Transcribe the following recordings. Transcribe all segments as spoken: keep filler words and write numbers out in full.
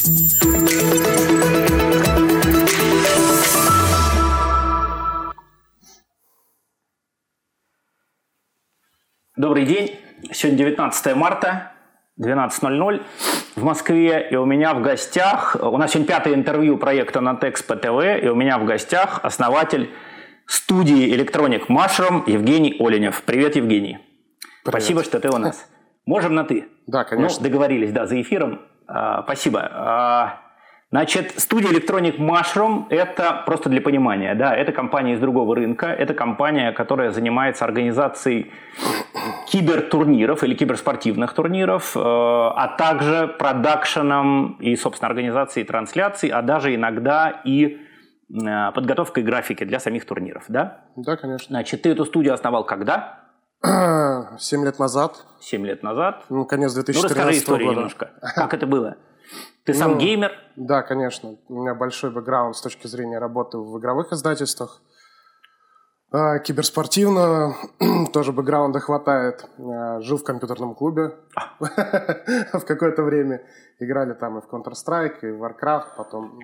Добрый день. Сегодня девятнадцатое марта, двенадцать ноль ноль в Москве. И у меня в гостях, у нас сегодня пятое интервью проекта Natexpo тэ вэ, и у меня в гостях основатель студии Electronic Mushroom Евгений Оленев. Привет, Евгений. Привет. Спасибо, что ты у нас. Можем на «ты»? Да, конечно. Ну, договорились, да, за эфиром. А, спасибо. А, значит, студия Electronic Mushroom – это просто для понимания, да, это компания из другого рынка, это компания, которая занимается организацией кибертурниров или киберспортивных турниров, а также продакшеном и, собственно, организацией трансляций, а даже иногда и подготовкой графики для самих турниров, да? Да, конечно. Значит, ты эту студию основал когда? Семь лет назад. Семь лет назад? Ну, конец две тысячи тринадцатого года. Ну, расскажи историю года. немножко. Как это было? Ты сам ну, геймер? Да, конечно. У меня большой бэкграунд с точки зрения работы в игровых издательствах. А, киберспортивно тоже бэкграунда хватает. А, жил в компьютерном клубе в какое-то время. Играли там и в Counter-Strike, и в Warcraft. Потом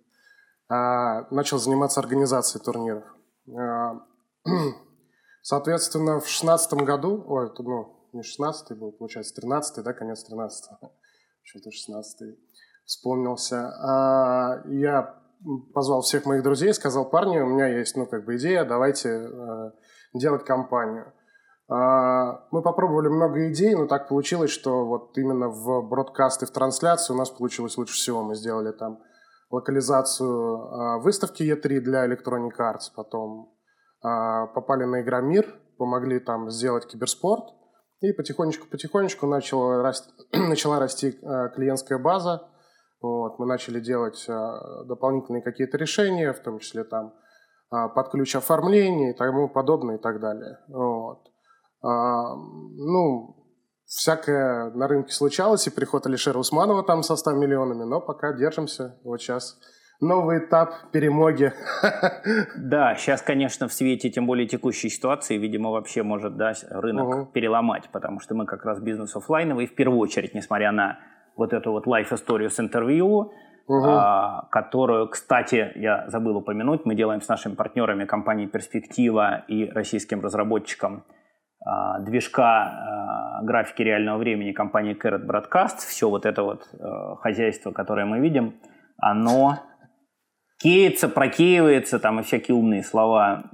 а, начал заниматься организацией турниров. А, соответственно, в шестнадцатом году, ой, это, ну, не шестнадцатый был, получается, тринадцатый, да, конец тринадцатого. Почему-то шестнадцатый вспомнился. А, я позвал всех моих друзей и сказал: парни, у меня есть, ну, как бы идея, давайте э, делать компанию. А, мы попробовали много идей, но так получилось, что вот именно в бродкаст и в трансляцию у нас получилось лучше всего. Мы сделали там локализацию э, выставки и три для Electronic Arts, потом э, попали на Игромир, помогли там сделать киберспорт, и потихонечку-потихонечку начала расти, начала расти э, клиентская база. Вот, мы начали делать а, дополнительные какие-то решения, в том числе там а, под ключ оформления и тому подобное и так далее. Вот. А, ну, всякое на рынке случалось, и приход Алишера Усманова там со ста миллионами, но пока держимся. Вот сейчас новый этап перемоги. Да, сейчас, конечно, в свете, тем более текущей ситуации, видимо, вообще может, да, рынок угу. переломать, потому что мы как раз бизнес офлайновый, в первую очередь, несмотря на вот эту вот лайф-историю с интервью, угу. а, которую, кстати, я забыл упомянуть, мы делаем с нашими партнерами компанией «Перспектива» и российским разработчиком а, движка а, графики реального времени компании Carrot Broadcast. Все вот это вот а, хозяйство, которое мы видим, оно кеется, прокеивается, там и всякие умные слова.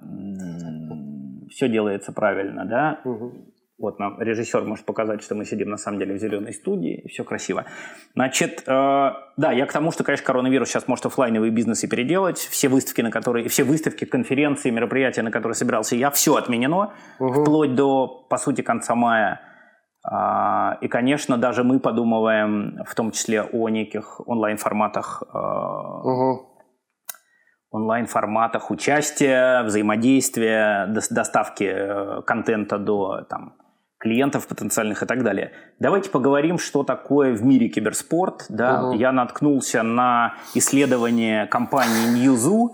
Все делается правильно, да? Угу. Вот нам режиссер может показать, что мы сидим на самом деле в зеленой студии, и все красиво. Значит, э, да, я к тому, что, конечно, коронавирус сейчас может офлайновые бизнесы переделать. Все выставки, на которые, все выставки, конференции, мероприятия, на которые собирался я, все отменено, угу. вплоть до, по сути, конца мая. Э, и, конечно, даже мы подумываем, в том числе, о неких онлайн-форматах, э, угу. онлайн-форматах участия, взаимодействия, доставки контента до там, клиентов потенциальных и так далее. Давайте поговорим, что такое в мире киберспорт. Да? Угу. Я наткнулся на исследование компании Newzoo.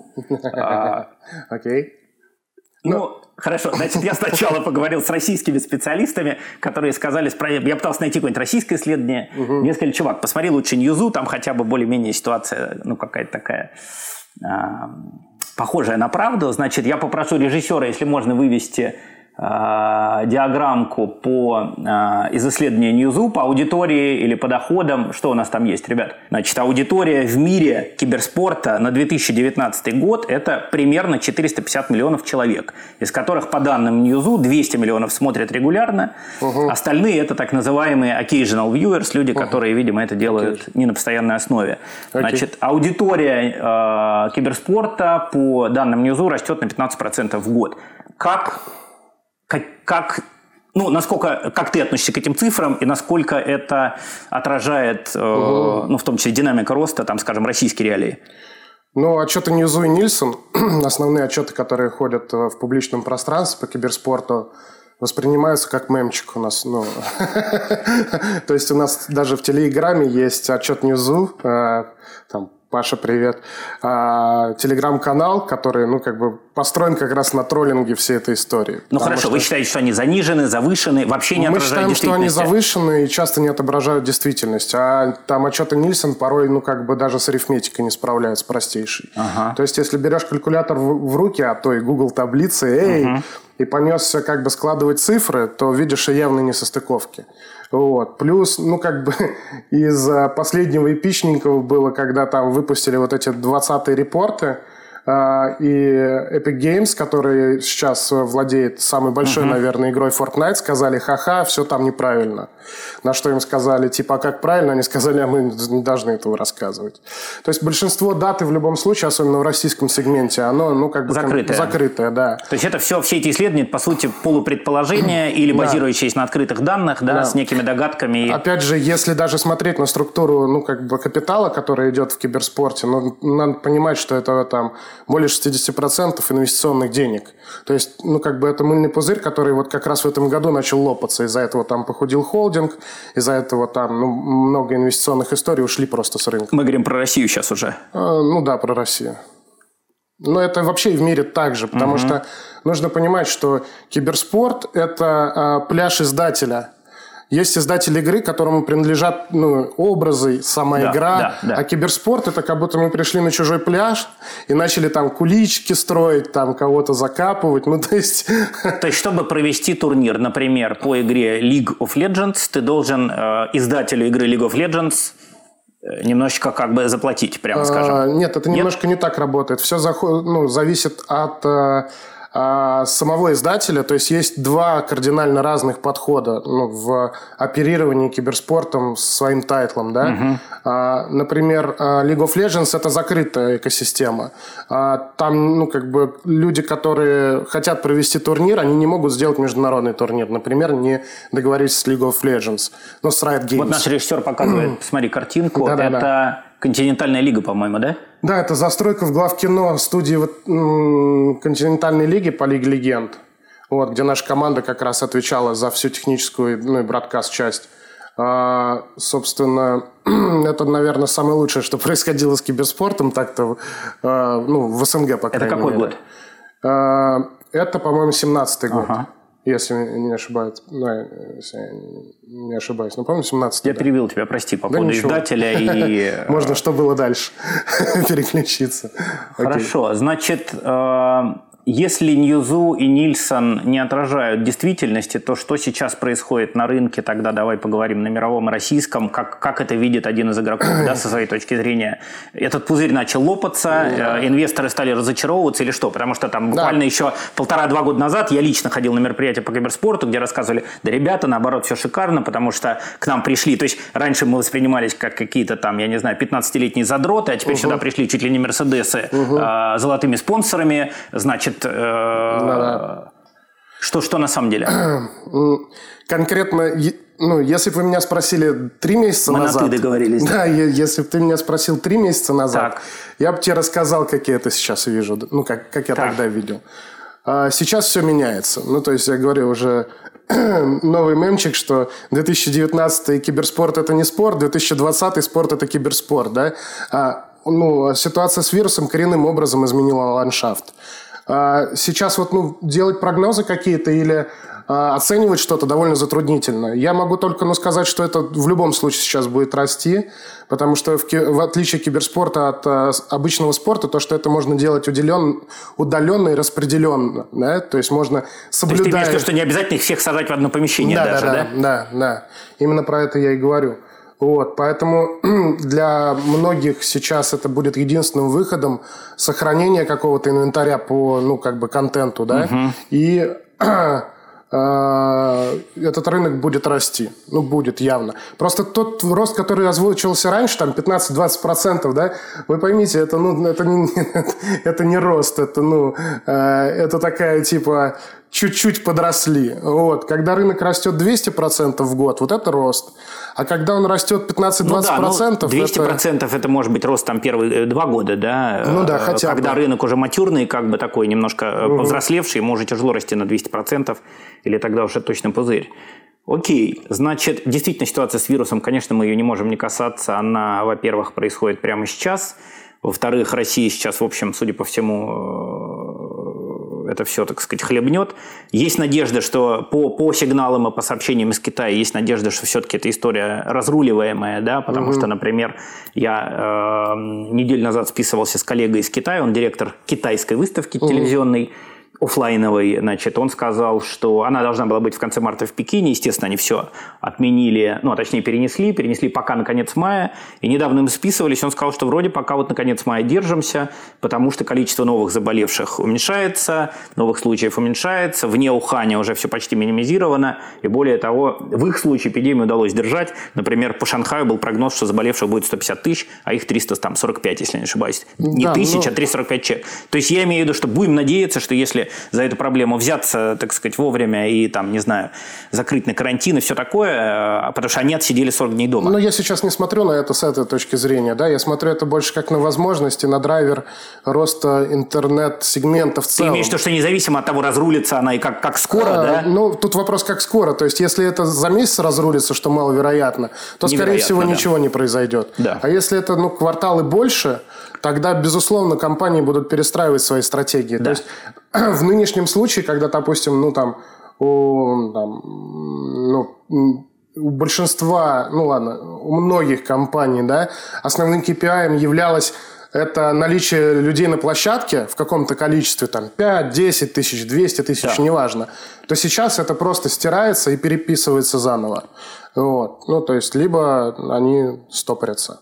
Окей. Ну, хорошо. Значит, я сначала поговорил с российскими специалистами, которые сказали... Я пытался найти какое-нибудь российское исследование. Угу. Мне сказали: чувак, посмотри лучше Newzoo, там хотя бы более-менее ситуация, ну, какая-то такая... похожая на правду. Значит, я попрошу режиссера, если можно, вывести э, диаграммку по, э, из исследования Newzoo по аудитории или по доходам. Что у нас там есть, ребят? Значит, аудитория в мире киберспорта на две тысячи девятнадцатый год – это примерно четыреста пятьдесят миллионов человек, из которых, по данным Newzoo, двести миллионов смотрят регулярно. Угу. Остальные – это так называемые occasional viewers, люди, угу. которые, видимо, это делают okay. не на постоянной основе. Okay. Значит, аудитория э, киберспорта, по данным Newzoo, растет на пятнадцать процентов в год. Как, как, как, ну, насколько, как ты относишься к этим цифрам и насколько это отражает, э, угу. ну, в том числе, динамика роста, там, скажем, российские реалии? Ну, отчеты Newzoo и Нильсон, основные отчеты, которые ходят в публичном пространстве по киберспорту, воспринимаются как мемчик у нас. Ну, то есть у нас даже в Телеграме есть отчет Newzoo, там, Паша, привет, телеграм-канал, который, ну, как бы построен как раз на троллинге всей этой истории. Ну хорошо, что... вы считаете, что они занижены, завышены, вообще не Мы отображают считаем, действительность? что они завышены и часто не отображают действительность. А там отчеты Нильсон порой, ну, как бы даже с арифметикой не справляются, простейшей. Ага. То есть, если берешь калькулятор в, в руки, а то и Google таблицы, эй, угу. и понесся как бы складывать цифры, то видишь и явные несостыковки. Вот. Плюс, ну, как бы из последнего эпичненького было, когда там выпустили вот эти двадцатые репорты, и Epic Games, который сейчас владеет самой большой, uh-huh. наверное, игрой Fortnite, сказали, ха-ха, все там неправильно. На что им сказали, типа, а как правильно? Они сказали, а мы не должны этого рассказывать. То есть большинство даты в любом случае, особенно в российском сегменте, оно, ну, как бы... Закрытое. Закрытое, да. То есть это все, все эти исследования, по сути, полупредположения или базирующиеся да. на открытых данных, да, да, с некими догадками. Опять же, если даже смотреть на структуру, ну, как бы капитала, который идет в киберспорте, ну, надо понимать, что это там более шестьдесят процентов инвестиционных денег. То есть, ну, как бы это мыльный пузырь, который вот как раз в этом году начал лопаться. Из-за этого там похудел холдинг, из-за этого там ну, много инвестиционных историй ушли просто с рынка. Мы говорим про Россию сейчас уже. А, ну да, про Россию. Но это вообще и в мире так же, потому угу. что нужно понимать, что киберспорт – это а, пляж издателя. Есть издатели игры, которому принадлежат ну, образы, сама да, игра. Да, да. А киберспорт – это как будто мы пришли на чужой пляж и начали там куличики строить, там кого-то закапывать. Ну, то есть... То есть, чтобы провести турнир, например, по игре League of Legends, ты должен э, издателю игры League of Legends немножечко как бы заплатить, прямо скажем. А, нет, это немножко нет? не так работает. Все заход... ну, зависит от... Э, самого издателя, то есть есть два кардинально разных подхода ну, в оперировании киберспортом с своим тайтлом. Да? Uh-huh. А, например, League of Legends – это закрытая экосистема. А, там ну, как бы люди, которые хотят провести турнир, они не могут сделать международный турнир. Например, не договорились с League of Legends, но с Riot Games. Вот наш режиссер показывает, посмотри картинку, да, да, это... Да. Континентальная лига, по-моему, да? Да, это застройка в главкино студии вот, м- Континентальной лиги по Лиге Легенд, вот, где наша команда как раз отвечала за всю техническую ну, и бродкаст-часть. А, собственно, это, наверное, самое лучшее, что происходило с киберспортом так-то а, ну, в СНГ, по крайней мере. Это какой год? А, это, по-моему, семнадцатый год. Ага. Если не ошибаюсь, ну, если я не ошибаюсь, но, по-моему, семнадцатый. Я да. перебил тебя, прости, по поводу да издателя и... Можно, что было дальше, переключиться. Хорошо, значит, если Ньюзу и Нильсон не отражают действительности, то что сейчас происходит на рынке, тогда давай поговорим на мировом и российском, как, как это видит один из игроков, да, со своей точки зрения. Этот пузырь начал лопаться, да. инвесторы стали разочаровываться или что? Потому что там буквально да. еще полтора-два года назад я лично ходил на мероприятие по киберспорту, где рассказывали, да, ребята, наоборот, все шикарно, потому что к нам пришли, то есть раньше мы воспринимались как какие-то там, я не знаю, пятнадцатилетние задроты, а теперь угу. сюда пришли чуть ли не мерседесы угу. э, золотыми спонсорами, значит, Да-да. Что, что на самом деле? Конкретно, ну, если бы вы меня спросили три месяца Мы назад... Мы на «ты» договорились. Да, если бы ты меня спросил три месяца назад, так. я бы тебе рассказал, как я это сейчас вижу, ну, как, как я так. тогда видел. А сейчас все меняется. Ну, то есть, я говорю уже новый мемчик, что две тысячи девятнадцатый киберспорт – это не спорт, две тысячи двадцатый спорт – это киберспорт, да? А, ну, ситуация с вирусом коренным образом изменила ландшафт. Сейчас вот, ну, делать прогнозы какие-то или а, оценивать что-то довольно затруднительно. Я могу только ну, сказать, что это в любом случае сейчас будет расти, потому что в, в отличие киберспорта от а, обычного спорта, то, что это можно делать удален, удаленно и распределенно. Да? То есть можно соблюдать... То есть ты имеешь в виду, что не обязательно их всех сажать в одно помещение да, даже, да? Да, да, да, да. Именно про это я и говорю. Вот, поэтому для многих сейчас это будет единственным выходом сохранения какого-то инвентаря по, ну, как бы контенту, да, угу. и этот рынок будет расти. Ну, будет явно. Просто тот рост, который озвучивался раньше, там пятнадцать-двадцать процентов, да, вы поймите, это, ну, это, не, это не рост, это, ну, это такая, типа, чуть-чуть подросли. Вот. Когда рынок растет двести процентов в год, вот это рост. А когда он растет пятнадцать-двадцать процентов... Ну да, двести процентов это... это может быть рост там первые два года, да? Ну да, хотя Когда бы. рынок уже матюрный, как бы такой немножко угу. повзрослевший, ему уже тяжело расти на двести процентов, или тогда уже точно пузырь. Окей, значит, действительно ситуация с вирусом, конечно, мы ее не можем не касаться. Она, во-первых, происходит прямо сейчас. Во-вторых, Россия сейчас, в общем, судя по всему, это все, так сказать, хлебнет. Есть надежда, что по, по сигналам и по сообщениям из Китая есть надежда, что все-таки эта история разруливаемая, да, потому mm-hmm. что, например, я э, неделю назад списывался с коллегой из Китая, он директор китайской выставки mm-hmm. телевизионной, офлайновой, значит, он сказал, что она должна была быть в конце марта в Пекине, естественно, они все отменили, ну, а точнее перенесли, перенесли пока на конец мая, и недавно мы списывались, он сказал, что вроде пока вот на конец мая держимся, потому что количество новых заболевших уменьшается, новых случаев уменьшается, вне Уханя уже все почти минимизировано, и более того, в их случае эпидемию удалось держать, например, по Шанхаю был прогноз, что заболевших будет сто пятьдесят тысяч, а их триста сорок пять, если не ошибаюсь, не да, тысяч, но... а триста сорок пять человек, то есть я имею в виду, что будем надеяться, что если за эту проблему взяться, так сказать, вовремя и, там, не знаю, закрыть на карантин и все такое, потому что они отсидели сорок дней дома. Но я сейчас не смотрю на это с этой точки зрения, да, я смотрю это больше как на возможности, на драйвер роста интернет-сегмента в целом. Ты имеешь в виду, что независимо от того, разрулится она и как, как скоро, а, да? Ну, тут вопрос, как скоро, то есть, если это за месяц разрулится, что маловероятно, то, скорее всего, да. ничего не произойдет. Да. А если это, ну, кварталы больше, тогда, безусловно, компании будут перестраивать свои стратегии. Да. То есть, в нынешнем случае, когда, допустим, ну, там, у, там, ну, у большинства, ну, ладно, у многих компаний, да, основным кей пи ай являлось это наличие людей на площадке в каком-то количестве, там, пять, десять тысяч, двести тысяч, да. неважно, то сейчас это просто стирается и переписывается заново. Вот. Ну, то есть, либо они стопорятся.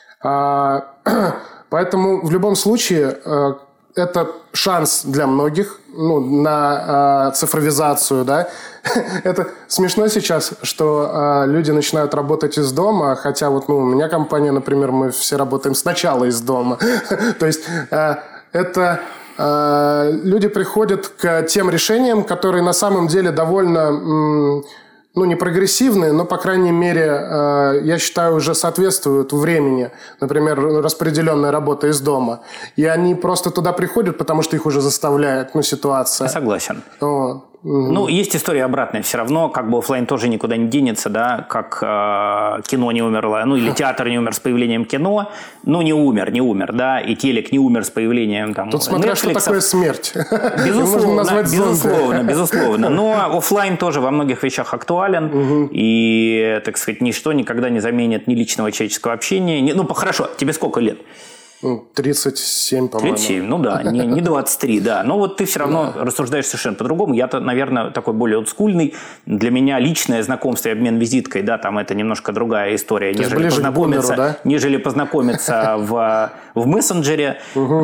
А, поэтому в любом случае это шанс для многих, ну, на э, цифровизацию, да. Это смешно сейчас, что э, люди начинают работать из дома, хотя вот, ну, у меня компания, например, мы все работаем сначала из дома. То есть э, это э, люди приходят к тем решениям, которые на самом деле довольно... М- ну, не прогрессивные, но, по крайней мере, э, я считаю, уже соответствуют времени. Например, распределенная работа из дома. И они просто туда приходят, потому что их уже заставляет, ну, ситуация. Я согласен. Вот. Ну, есть история обратная все равно, как бы офлайн тоже никуда не денется, да, как э, кино не умерло, ну, или театр не умер с появлением кино, ну, не умер, не умер, да, и телек не умер с появлением, там, Тут смотря, что такое смерть. Безусловно, безусловно, безусловно, но офлайн тоже во многих вещах актуален, угу. и, так сказать, ничто никогда не заменит ни личного человеческого общения, ни, ну, хорошо, тебе сколько лет? тридцать семь, по-моему. тридцать семь, ну да, не, не двадцать три, да. Но вот ты все равно да. рассуждаешь совершенно по-другому. Я-то, наверное, такой более олдскульный. Для меня личное знакомство и обмен визиткой, да, там это немножко другая история, нежели познакомиться, умеру, да? нежели познакомиться в, в мессенджере.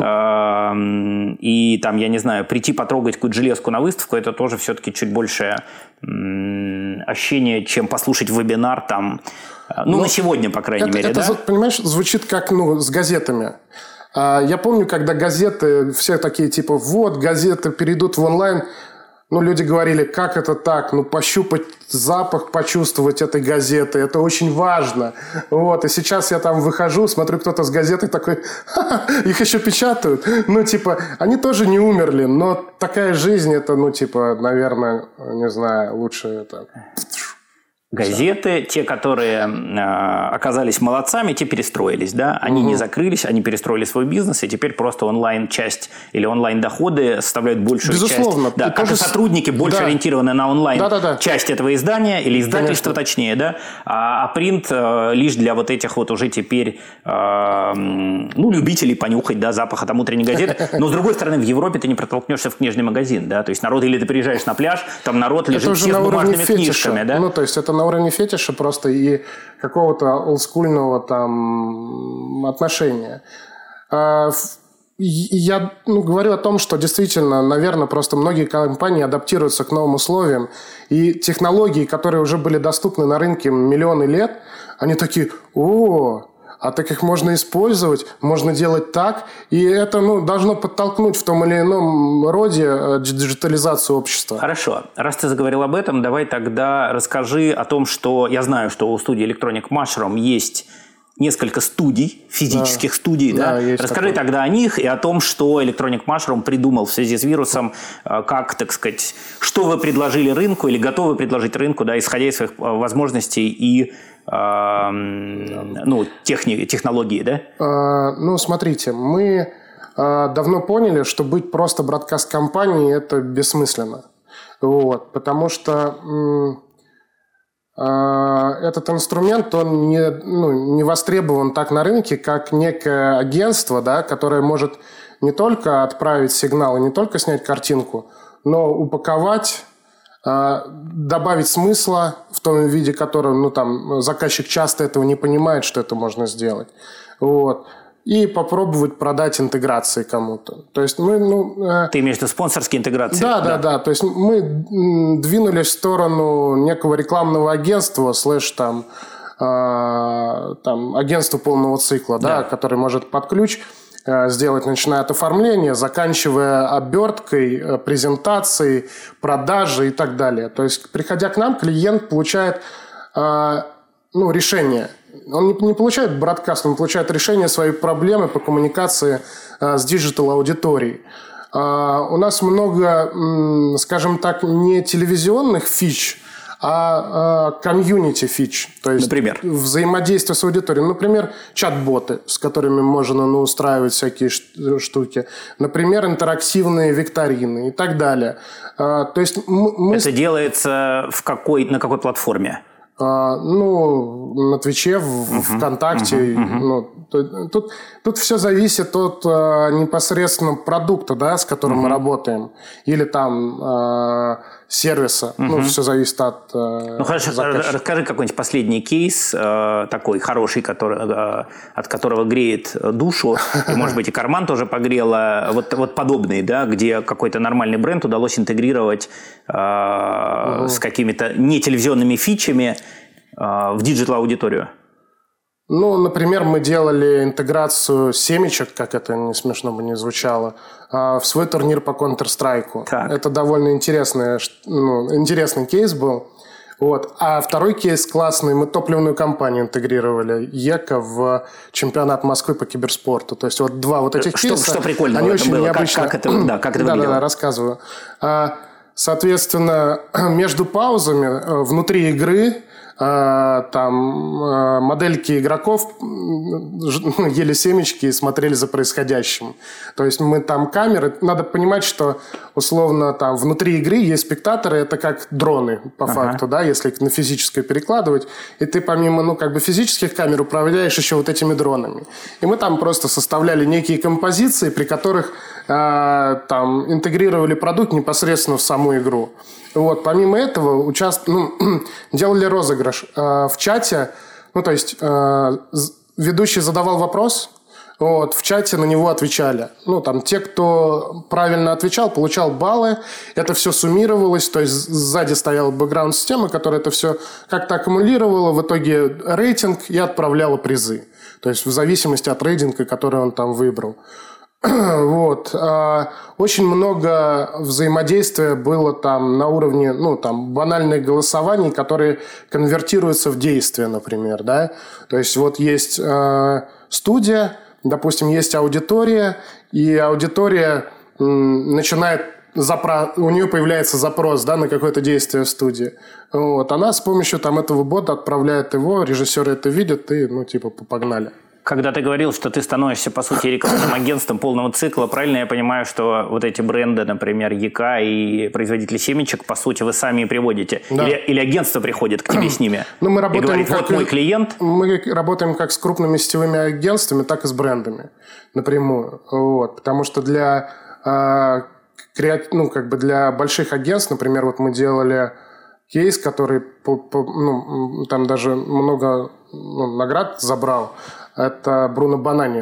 И там, я не знаю, прийти потрогать какую-то железку на выставку, это тоже все-таки чуть большее ощущение, чем послушать вебинар там. Ну, Но на сегодня, по крайней это, мере, это, да? Понимаешь, звучит как, ну, с газетами. Я помню, когда газеты, все такие, типа, вот, газеты перейдут в онлайн. Ну, люди говорили, как это так? Ну, пощупать запах, почувствовать этой газеты. Это очень важно. Вот, и сейчас я там выхожу, смотрю, кто-то с газетой такой, ха-ха, их еще печатают. Ну, типа, они тоже не умерли, но такая жизнь, это, ну, типа, наверное, не знаю, лучше это... Газеты, те, которые э, оказались молодцами, те перестроились, да, они угу. не закрылись, они перестроили свой бизнес, и теперь просто онлайн-часть или онлайн-доходы составляют большую Безусловно. часть. Да, как и сотрудники больше да. ориентированы на онлайн да, да, да. часть этого издания, или издательства Конечно. точнее, да, а, а принт э, лишь для вот этих вот уже теперь, э, ну, любителей понюхать, да, запаха там утренней газеты. Но, с другой стороны, в Европе ты не протолкнешься в книжный магазин, да, то есть народ, или ты приезжаешь на пляж, там народ лежит все с бумажными книжками, да. Ну, то есть это на уровне фетиша просто и какого-то олдскульного там отношения. Я ну, говорю о том, что действительно, наверное, просто многие компании адаптируются к новым условиям, и технологии, которые уже были доступны на рынке миллионы лет, они такие: о, а так их можно использовать, можно делать так, и это ну, должно подтолкнуть в том или ином роде диджитализацию общества. Хорошо. Раз ты заговорил об этом, давай тогда расскажи о том, что я знаю, что у студии Electronic Mushroom есть несколько студий, физических да. студий. Да? Да, расскажи такое. Тогда о них и о том, что Electronic Mushroom придумал в связи с вирусом, как, так сказать, что вы предложили рынку или готовы предложить рынку, да, исходя из своих возможностей и ну, техни, технологии, да? А, ну, смотрите, мы э, давно поняли, что быть просто бродкаст-компанией – это бессмысленно. Вот, потому что э, э, этот инструмент, он не, ну, не востребован так на рынке, как некое агентство, да, которое может не только отправить сигнал и не только снять картинку, но упаковать, э, добавить смысла в том виде, который, ну, там, заказчик часто этого не понимает, что это можно сделать. Вот. И попробовать продать интеграции кому-то. То есть мы, ну, э... Ты имеешь в виду спонсорские интеграции? Да, да, да, да. То есть мы двинулись в сторону некого рекламного агентства, слэш там, э, там агентства полного цикла, да. Да, который может под ключ э, сделать, начиная от оформления, заканчивая оберткой, э, презентацией, продажей и так далее. То есть, приходя к нам, клиент получает э, ну, решение. Он не, не получает бродкаст, он получает решение своей проблемы по коммуникации а, с диджитал-аудиторией. А, у нас много, м, скажем так, не телевизионных фич, а, а комьюнити фич. То есть например? Взаимодействие с аудиторией. Например, чат-боты, с которыми можно ну, устраивать всякие штуки. Например, интерактивные викторины и так далее. А, то есть мы... Это делается в какой, на какой платформе? Uh, ну, на Твиче, в uh-huh, ВКонтакте. Uh-huh, uh-huh. Ну, тут, тут все зависит от uh, непосредственно продукта, да, с которым uh-huh. мы работаем. Или там uh, сервиса. Uh-huh. Ну, все зависит от uh, Ну, хорошо, заказчика. Расскажи какой-нибудь последний кейс, uh, такой хороший, который, uh, от которого греет душу, и, может быть, и карман тоже погрело. Вот, вот подобные, да, где какой-то нормальный бренд удалось интегрировать uh, uh-huh. с какими-то нетелевизионными фичами в диджитал-аудиторию? Ну, например, мы делали интеграцию семечек, как это не смешно бы не звучало, в свой турнир по Counter-Strike. Так. Это довольно интересный, ну, интересный кейс был. Вот. А второй кейс классный. Мы топливную компанию интегрировали, ЕКО, в чемпионат Москвы по киберспорту. То есть вот два вот этих что, кейса. Что прикольно они очень было? необычно. Как, как это, да, как это выглядело? Да, да, да, рассказываю. Соответственно, между паузами внутри игры там модельки игроков ели семечки и смотрели за происходящим. То есть мы там камеры... Надо понимать, что условно там внутри игры есть спектаторы, это как дроны по ага. факту, да, если их на физическое перекладывать. И ты помимо ну, как бы физических камер управляешь еще вот этими дронами. И мы там просто составляли некие композиции, при которых э, там интегрировали продукт непосредственно в саму игру. Вот. Помимо этого участ... ну, делали розыгрыш э, в чате. Ну, то есть э, ведущий задавал вопрос, вот, в чате на него отвечали. Ну, там, те, кто правильно отвечал, получал баллы. Это все суммировалось. То есть сзади стояла бэкграунд-система, которая это все как-то аккумулировала. В итоге рейтинг и отправляла призы. То есть в зависимости от рейтинга, который он там выбрал. Вот. Очень много взаимодействия было там на уровне, ну, там, банальных голосований, которые конвертируются в действия, например, да. То есть вот есть э, студия, допустим, есть аудитория, и аудитория м, начинает запро... у нее появляется запрос, да, на какое-то действие в студии. Вот. Она с помощью там этого бота отправляет его, режиссеры это видят и, ну, типа, погнали. Когда ты говорил, что ты становишься, по сути, рекламным агентством полного цикла, правильно я понимаю, что вот эти бренды, например, ЕК и производители семечек, по сути, вы сами и приводите? Да. Или, или агентство приходит к тебе с ними ну, мы работаем и говорит, как, вот мой клиент? Мы работаем как с крупными сетевыми агентствами, так и с брендами напрямую. Вот. Потому что для, э, креати... ну, как бы для больших агентств, например, вот мы делали кейс, который по, по, ну, там даже много ну, наград забрал. Это Бруно Банани,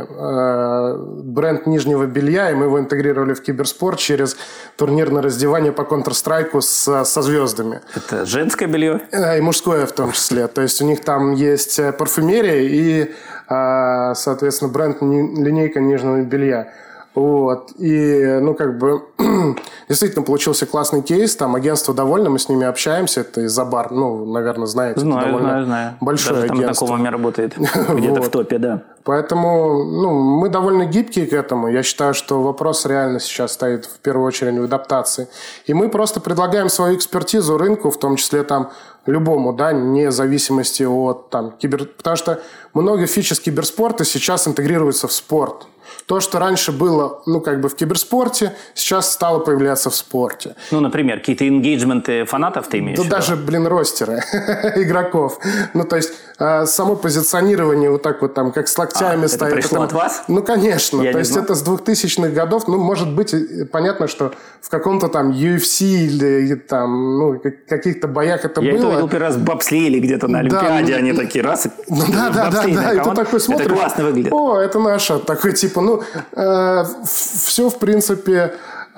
бренд нижнего белья, и мы его интегрировали в киберспорт через турнирное раздевание по Counter-Strike со, со звездами. Это женское белье? И мужское в том числе. То есть у них там есть парфюмерия и, соответственно, бренд линейка нижнего белья. Вот. И, ну, как бы, действительно получился классный кейс. Там агентство довольно, мы с ними общаемся. Это из-за бар, ну, наверное, знаете. Знаю, довольно знаю, знаю. Большое Даже агентство. Там знакомыми работает. Где-то в топе, да. Поэтому, ну, мы довольно гибкие к этому. Я считаю, что вопрос реально сейчас стоит в первую очередь в адаптации. И мы просто предлагаем свою экспертизу рынку, в том числе там любому, да, вне зависимости от там кибер... Потому что много фич из киберспорта сейчас интегрируется в спорт. То, что раньше было, ну, как бы в киберспорте, сейчас стало появляться в спорте. Ну, например, какие-то энгейджменты фанатов ты имеешь? Да даже, блин, ростеры игроков. Ну, то есть, само позиционирование вот так вот там, как с локтями а, стоит. Это пришло это, от вас? Ну, конечно. Я то есть, знал. Это с двухтысячных годов. Ну, может быть, понятно, что в каком-то там ю эф си или там, ну, каких-то боях это Я было. Я это видел первый раз в бобслее или где-то на Олимпиаде. Да, они такие раз. Ну, да, да, да, да. И ты такой смотришь. Это классно выглядит. О, это наше. Такой типа, ну, э, все, в принципе,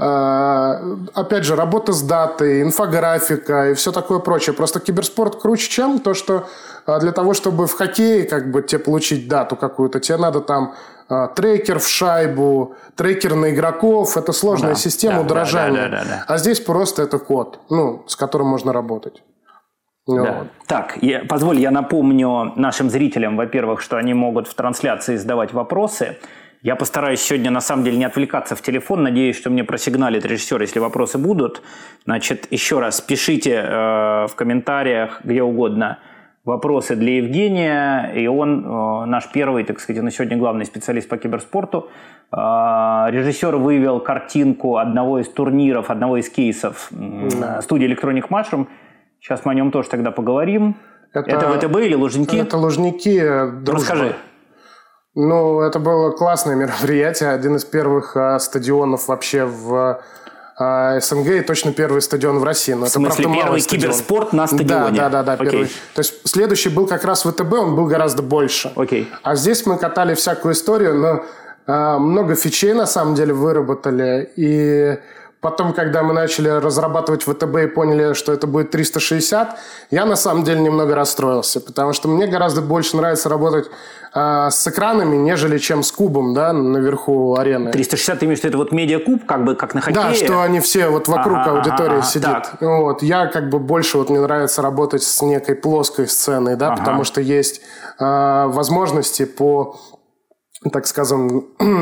э, опять же, работа с датой, инфографика и все такое прочее. Просто киберспорт круче, чем то, что для того, чтобы в хоккее как бы тебе получить дату какую-то, тебе надо там э, трекер в шайбу, трекер на игроков. Это сложная да, система да, удорожания. Да, да, да, да. А здесь просто это код, ну, с которым можно работать. Да. Так, я, позволь, я напомню нашим зрителям, во-первых, что они могут в трансляции задавать вопросы. Я постараюсь сегодня, на самом деле, не отвлекаться в телефон. Надеюсь, что мне просигналит режиссер, если вопросы будут. Значит, еще раз, пишите э, в комментариях, где угодно, вопросы для Евгения. И он э, наш первый, так сказать, на сегодня главный специалист по киберспорту. Э, режиссер вывел картинку одного из турниров, одного из кейсов э, студии Electronic Mushroom. Сейчас мы о нем тоже тогда поговорим. Это, это ВТБ или Лужники? Это Лужники. Дружба. Расскажи. Ну, это было классное мероприятие. Один из первых а, стадионов вообще в а, СНГ и точно первый стадион в России. Но в смысле, это, правда, первый киберспорт на стадионе? Да, да, да. да первый. То есть следующий был как раз ВТБ, он был гораздо больше. Окей. А здесь мы катали всякую историю, но а, много фичей на самом деле выработали. И... Потом, когда мы начали разрабатывать ВТБ и поняли, что это будет триста шестьдесят, я на самом деле немного расстроился, потому что мне гораздо больше нравится работать э, с экранами, нежели чем с кубом, да, наверху арены. триста шестьдесят, ты имеешь в виду, это вот медиакуб, как бы как на хоккее? Да, что они все вот вокруг ага, аудитории ага, сидят. Вот. Я как бы больше вот мне нравится работать с некой плоской сценой, да, ага. потому что есть э, возможности по, так скажем...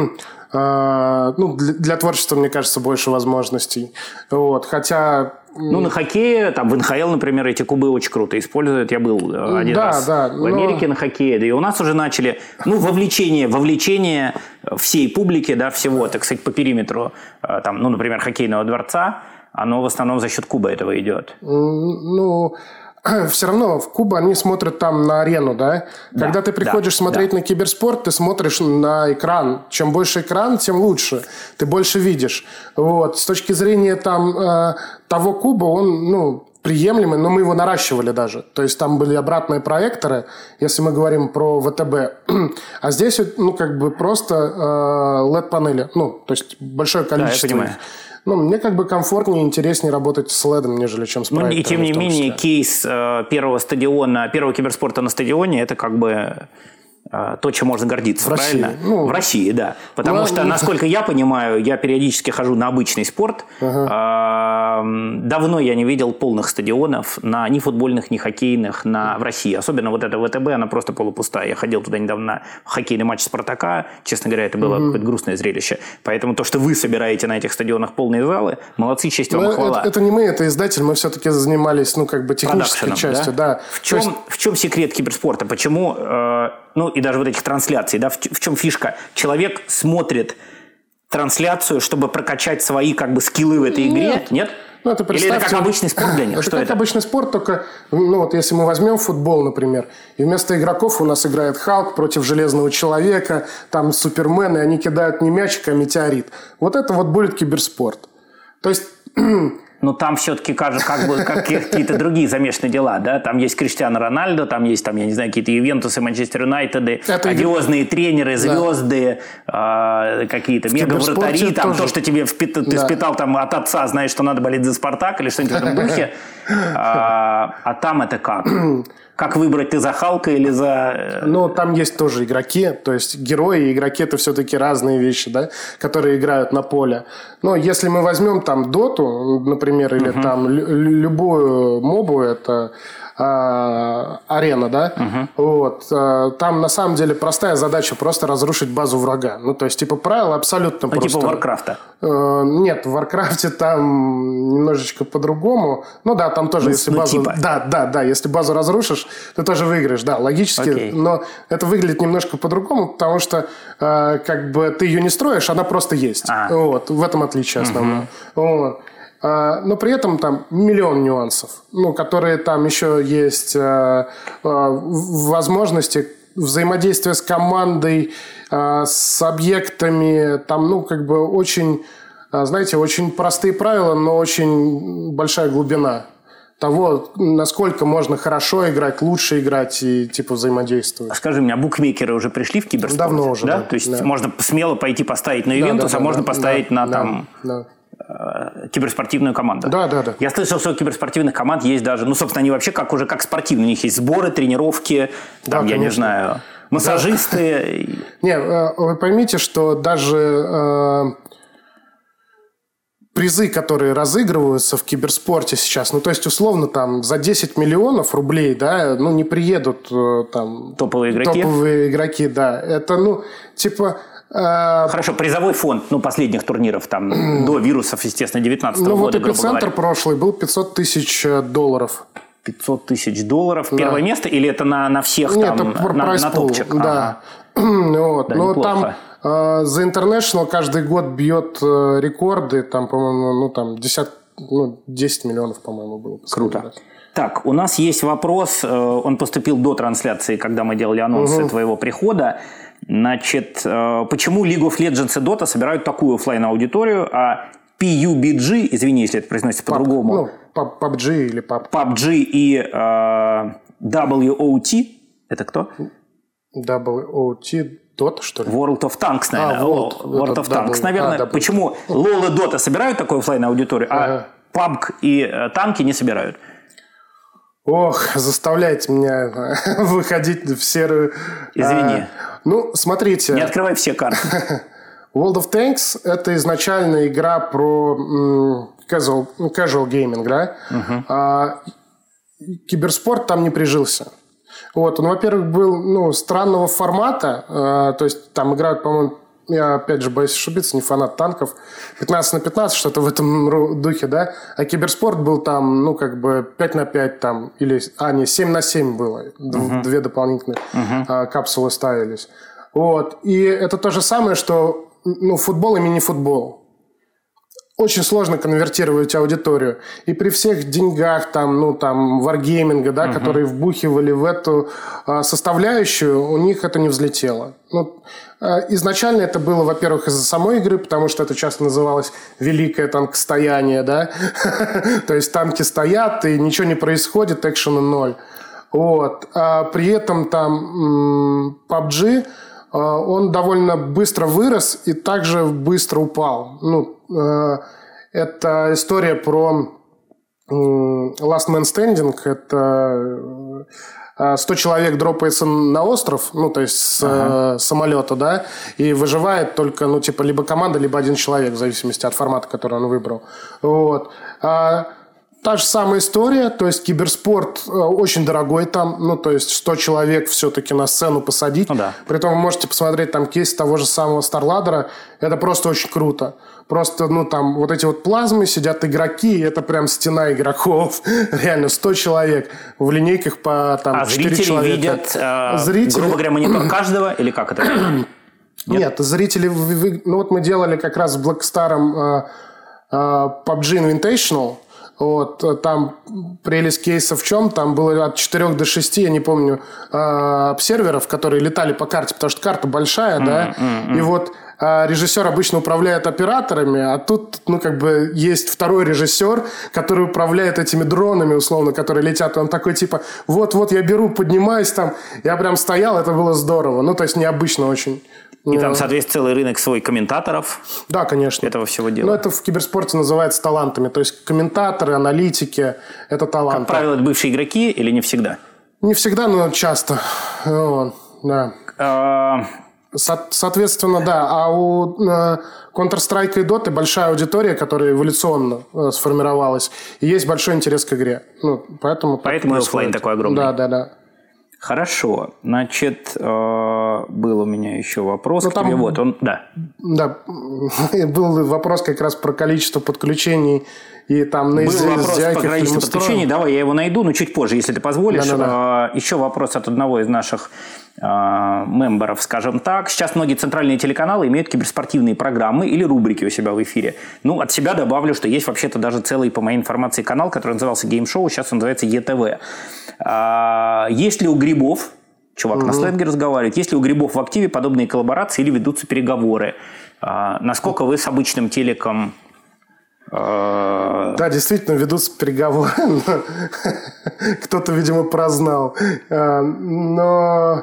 Ну, для, для творчества, мне кажется, больше возможностей. Вот. Хотя... Ну, на хоккее, там, в эн ха эл, например, эти кубы очень круто используют. Я был один да, раз да, в Америке но... на хоккее. Да и у нас уже начали, ну, вовлечение, вовлечение всей публики, да, всего, так сказать, по периметру, там, ну, например, хоккейного дворца, оно в основном за счет куба этого идет. Ну... Все равно в Кубу они смотрят там на арену, да? да Когда ты приходишь да, смотреть да. на киберспорт, ты смотришь на экран. Чем больше экран, тем лучше. Ты больше видишь. Вот. С точки зрения там э, того Куба, он, ну, приемлемый, но мы его наращивали даже. То есть там были обратные проекторы, если мы говорим про ВТБ. А здесь, ну, как бы просто э, эл и ди-панели. Ну, то есть большое количество. Да, я понимаю. Ну, мне как бы комфортнее и интереснее работать с лэдом, нежели чем с проектором. Ну, и тем не менее, кейс э, первого стадиона, первого киберспорта на стадионе, это как бы э, то, чем можно гордиться, в правильно? России. Ну, в России, да. Потому ну, что, ну, насколько я понимаю, я периодически хожу на обычный спорт. Ага. Э, давно я не видел полных стадионов, на, ни футбольных, ни хоккейных на, в России. Особенно вот эта ВТБ, она просто полупустая. Я ходил туда недавно на хоккейный матч Спартака. Честно говоря, это было mm-hmm. какое-то грустное зрелище. Поэтому то, что вы собираете на этих стадионах полные залы, молодцы, честь вам, хвала. Это, это не мы, это издатель. Мы все-таки занимались, ну, как бы технической частью. Да? Да. В, чем, есть... в чем секрет киберспорта? Почему, э, ну, и даже вот этих трансляций, да, в, в чем фишка? Человек смотрит трансляцию, чтобы прокачать свои, как бы, скиллы в этой игре? Нет? Нет? Ну, это Или это как обычный спорт для них? Это Что как это? обычный спорт, только, ну, вот если мы возьмем футбол, например, и вместо игроков у нас играет Халк против Железного Человека, там Супермен, и они кидают не мячик, а метеорит. Вот это вот будет киберспорт. То есть... Но там все-таки как, как бы как какие-то другие замешанные дела, да? Там есть Криштиану Рональдо, там есть, там, я не знаю, какие-то Ювентусы, Манчестер Юнайтеды, одиозные тренеры, звезды, да. э, какие-то мега-вратари, там тоже... то, что тебе впит... да. ты впитал там от отца, знаешь, что надо болеть за Спартак или что-нибудь в этом духе. А, а там это как? Как выбрать, ты за Халка или за... Ну, там есть тоже игроки, то есть герои и игроки – это все-таки разные вещи, да, которые играют на поле. Но если мы возьмем там Доту, например, или uh-huh. там лю- любую мобу, это а, арена, да, угу. вот, а, там на самом деле простая задача просто разрушить базу врага. Ну, то есть, типа, правила абсолютно а просто. Типа Варкрафта? А, нет, в Варкрафте там немножечко по-другому. Ну да, там тоже, ну, если ну, базу... Типа. Да, да, да, если базу разрушишь, ты тоже выиграешь, да, логически. Окей. Но это выглядит немножко по-другому, потому что а, как бы ты ее не строишь, она просто есть. А. Вот, в этом отличие основное. Угу. Вот. Но при этом там миллион нюансов, ну, которые там еще есть э, э, возможности взаимодействия с командой, э, с объектами, там, ну, как бы очень, э, знаете, очень простые правила, но очень большая глубина того, насколько можно хорошо играть, лучше играть и типа взаимодействовать. А скажи мне, а букмекеры уже пришли в киберспорт? Давно уже, да. да? То есть да. можно смело пойти поставить на Ювентус, да, да, а да, можно да, поставить да, на да, там... Да. киберспортивную команду. Да, да, да. Я слышал, что у киберспортивных команд есть даже, ну, собственно, они вообще как уже как спортивные. У них есть сборы, тренировки, там, да, я не знаю, массажисты. Да. Не, вы поймите, что даже э, призы, которые разыгрываются в киберспорте сейчас, ну, то есть, условно, там, за десять миллионов рублей, да, ну, не приедут там... Топовые игроки? Топовые игроки, да. Это, ну, типа... Хорошо, призовой фонд, ну, последних турниров, там, до вирусов, естественно, девятнадцатого ну, года, вот эпицентр прошлый был пятьсот тысяч долларов. пятьсот тысяч долларов? Да. Первое место? Или это на, на всех, Нет, там, это на, на топчик? Да. Ага. Вот. Да, но там э, The International каждый год бьет э, рекорды, там, по-моему, ну, там, десять, ну, десять миллионов, по-моему, было. Круто. Раз. Так, у нас есть вопрос, э, он поступил до трансляции, когда мы делали анонсы угу. твоего прихода. Значит, почему League of Legends и Dota собирают такую офлайн-аудиторию, а пи ю би джи, извини, если это произносится Pub, по-другому. Ну, паб джи или паб. паб джи и э, дабл ю оу ти, это кто? дабл ю оу ти, Dota, что ли? World of Tanks, наверное. А, World, World of Tanks, w. наверное. А, почему лол и Dota собирают такую офлайн-аудиторию, ага. а пабг и э, танки не собирают? Ох, заставляете меня выходить в серую... Извини. А, ну, смотрите. Не открывай все карты. World of Tanks – это изначально игра про м, casual, casual gaming, да? Uh-huh. А, киберспорт там не прижился. Вот, он, во-первых, был ну, странного формата, а, то есть там играют, по-моему, я, опять же, боюсь ошибиться, не фанат танков, пятнадцать на пятнадцать, что-то в этом духе, да, а киберспорт был там, ну, как бы пять на пять там, или, а, не, семь на семь было, uh-huh. две дополнительных uh-huh. а, капсулы ставились. Вот, и это то же самое, что, ну, футбол и мини-футбол. Очень сложно конвертировать аудиторию. И при всех деньгах, там, ну, там, варгейминга, да, uh-huh. которые вбухивали в эту а, составляющую, у них это не взлетело. Ну, а, изначально это было, во-первых, из-за самой игры, потому что это часто называлось «великое танкостояние», да. То есть танки стоят, и ничего не происходит, экшена ноль. Вот. А при этом там паб джи, он довольно быстро вырос и также быстро упал. Ну, э, это история про э, Last Man Standing. Это э, сто человек дропается на остров, ну, то есть с ага. э, самолета, да, и выживает только, ну, типа, либо команда, либо один человек, в зависимости от формата, который он выбрал. Вот. А та же самая история, то есть киберспорт э, очень дорогой там, ну, то есть сто человек все-таки на сцену посадить. Ну, да. Притом вы можете посмотреть там кейс того же самого StarLadder, это просто очень круто. Просто, ну, там вот эти вот плазмы, сидят игроки, и это прям стена игроков. Реально, сто человек в линейках по там, а четыре зрители человека. Видят, э, зрители... грубо говоря, монитор каждого или как это? Нет, Нет зрители... Ну, вот мы делали как раз с Blackstar э, э, паб джи Invitational. Вот, там прелесть кейса в чем? Там было от четырёх до шести, я не помню, обсерверов, которые летали по карте, потому что карта большая, mm-hmm, да, mm-hmm. и вот режиссер обычно управляет операторами, а тут, ну, как бы есть второй режиссер, который управляет этими дронами, условно, которые летят, и он такой, типа, вот-вот я беру, поднимаюсь там, я прям стоял, это было здорово, ну, то есть необычно очень. И там, соответственно, целый рынок свой комментаторов. Да, конечно. Этого всего дела. Но это в киберспорте называется талантами. То есть комментаторы, аналитики – это таланты. Как правило, это бывшие игроки или не всегда? Не всегда, но часто. Вот, да. Со- соответственно, да. А у э, Counter-Strike и Dota большая аудитория, которая эволюционно э, сформировалась. И есть большой интерес к игре. Ну, поэтому поэтому офлайн такой огромный. Да, да, да. Хорошо. Значит, был у меня еще вопрос ну, к тебе. Вот он, да. Да, был вопрос как раз про количество подключений. И там на Был вопрос по количеству подключений. Давай я его найду, но чуть позже, если ты позволишь. Да, да, да. Еще вопрос от одного из наших мемберов, скажем так. Сейчас многие центральные телеканалы имеют киберспортивные программы или рубрики у себя в эфире. Ну, от себя добавлю, что есть вообще-то даже целый, по моей информации, канал, который назывался Game Show, сейчас он называется Е Тэ Вэ. Есть ли у Грибов, чувак угу. на сленге разговаривает, есть ли у Грибов в активе подобные коллаборации или ведутся переговоры? Насколько вы с обычным телеком... Да, действительно, ведутся переговоры. Кто-то, видимо, прознал. Но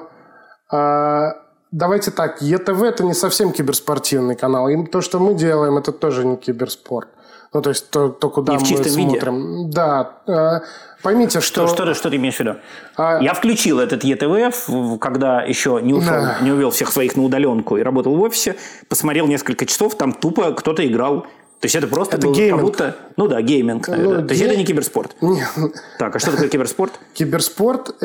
давайте так, Е Тэ Вэ – это не совсем киберспортивный канал. И то, что мы делаем, это тоже не киберспорт. Ну, то есть, то, то куда не мы в чистом смотрим. Виде. Да. Поймите, что... Что, что, что ты имеешь в виду? А... Я включил этот Е Тэ Вэ, когда еще не ушел, да. не увел всех своих на удаленку и работал в офисе. Посмотрел несколько часов, там тупо кто-то играл. То есть это просто это было гейминг. Как будто... Ну да, гейминг. Ну, То ге... есть это не киберспорт? Нет. Так, а что такое киберспорт? Киберспорт –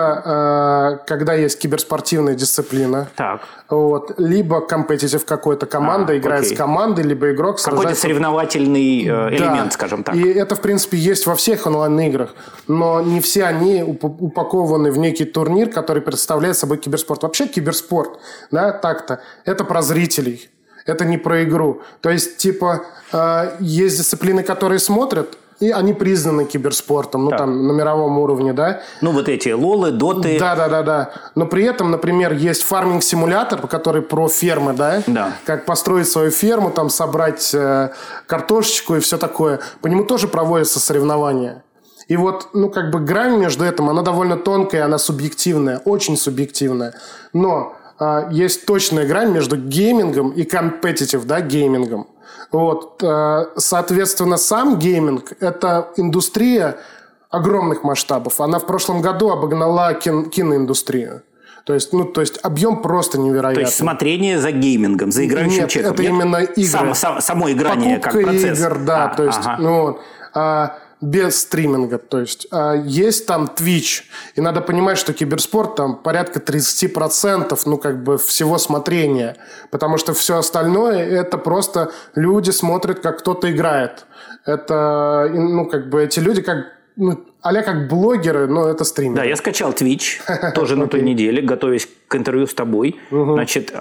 это э, когда есть киберспортивная дисциплина. Так. Вот, либо компетитив какой-то, команда а, играет окей. с командой, либо игрок сражается... Какой-то соревновательный э, элемент, да. скажем так. И это, в принципе, есть во всех онлайн-играх. Но не все они упакованы в некий турнир, который представляет собой киберспорт. Вообще киберспорт, да, так-то, это про зрителей. Это не про игру. То есть, типа, э, есть дисциплины, которые смотрят, и они признаны киберспортом, ну, так. там, на мировом уровне, да. Ну, вот эти лолы, доты. Да-да-да-да. Но при этом, например, есть фарминг-симулятор, который про фермы, да. Да. Как построить свою ферму, там, собрать э, картошечку и все такое. По нему тоже проводятся соревнования. И вот, ну, как бы грань между этим, она довольно тонкая, она субъективная, очень субъективная. Но... есть точная грань между геймингом и компетитив, да, геймингом. Вот, соответственно, сам гейминг – это индустрия огромных масштабов. Она в прошлом году обогнала кин- киноиндустрию. То есть, ну, то есть объем просто невероятный. То есть смотрение за геймингом, за играющим Нет, человеком. это Нет? именно игры. Сам, сам, само играние Покупка как процесс. игр, да, а, то есть, ага. ну вот. А, без стриминга, то есть а, есть там Twitch, и надо понимать, что киберспорт там порядка тридцать процентов, ну, как бы всего смотрения, потому что все остальное это просто люди смотрят, как кто-то играет. Это, ну, как бы эти люди как, ну, а-ля как блогеры, но это стримеры. Да, я скачал Twitch тоже на той неделе, готовясь к интервью с тобой. Значит,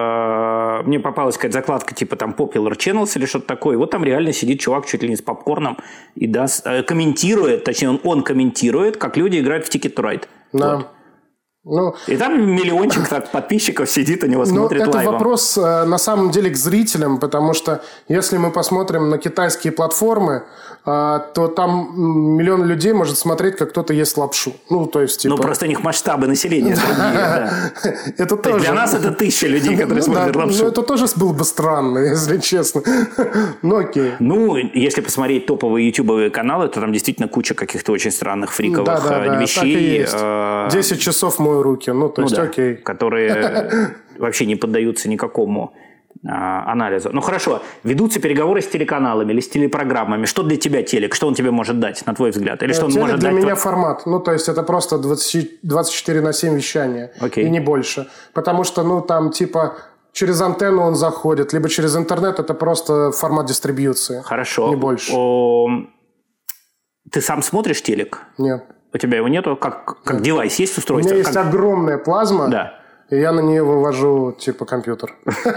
мне попалась какая-то закладка типа там Popular Channels или что-то такое. Вот там реально сидит чувак чуть ли не с попкорном и да, комментирует, точнее он, он комментирует, как люди играют в Ticket to Ride. Да. Вот. Ну, и там миллиончик так, подписчиков сидит, у него смотрит это лайвом. Вопрос на самом деле к зрителям, потому что если мы посмотрим на китайские платформы, то там миллион людей может смотреть, как кто-то ест лапшу. Ну, то есть, типа... Ну, просто у них масштабы населения другие. Это тоже... Для нас это тысяча людей, которые смотрят лапшу. Ну, это тоже было бы странно, если честно. Ну, окей. Ну, если посмотреть топовые ютубовые каналы, то там действительно куча каких-то очень странных фриковых вещей. десять часов мою руки, ну, то есть, окей. Которые вообще не поддаются никакому анализу. Ну хорошо, ведутся переговоры с телеканалами или с телепрограммами. Что для тебя телек? Что он тебе может дать, на твой взгляд? Или что он телек может для дать? меня формат. Ну, то есть это просто двадцать четыре на семь вещание. Окей. И не больше. Потому что, ну, там, типа, через антенну он заходит, либо через интернет это просто формат дистрибьюции. Хорошо. Не больше. О... Ты сам смотришь телек? Нет. У тебя его нету? Как, как девайс есть устройство? У меня есть как... огромная плазма. Да. И я на нее вывожу, типа, компьютер.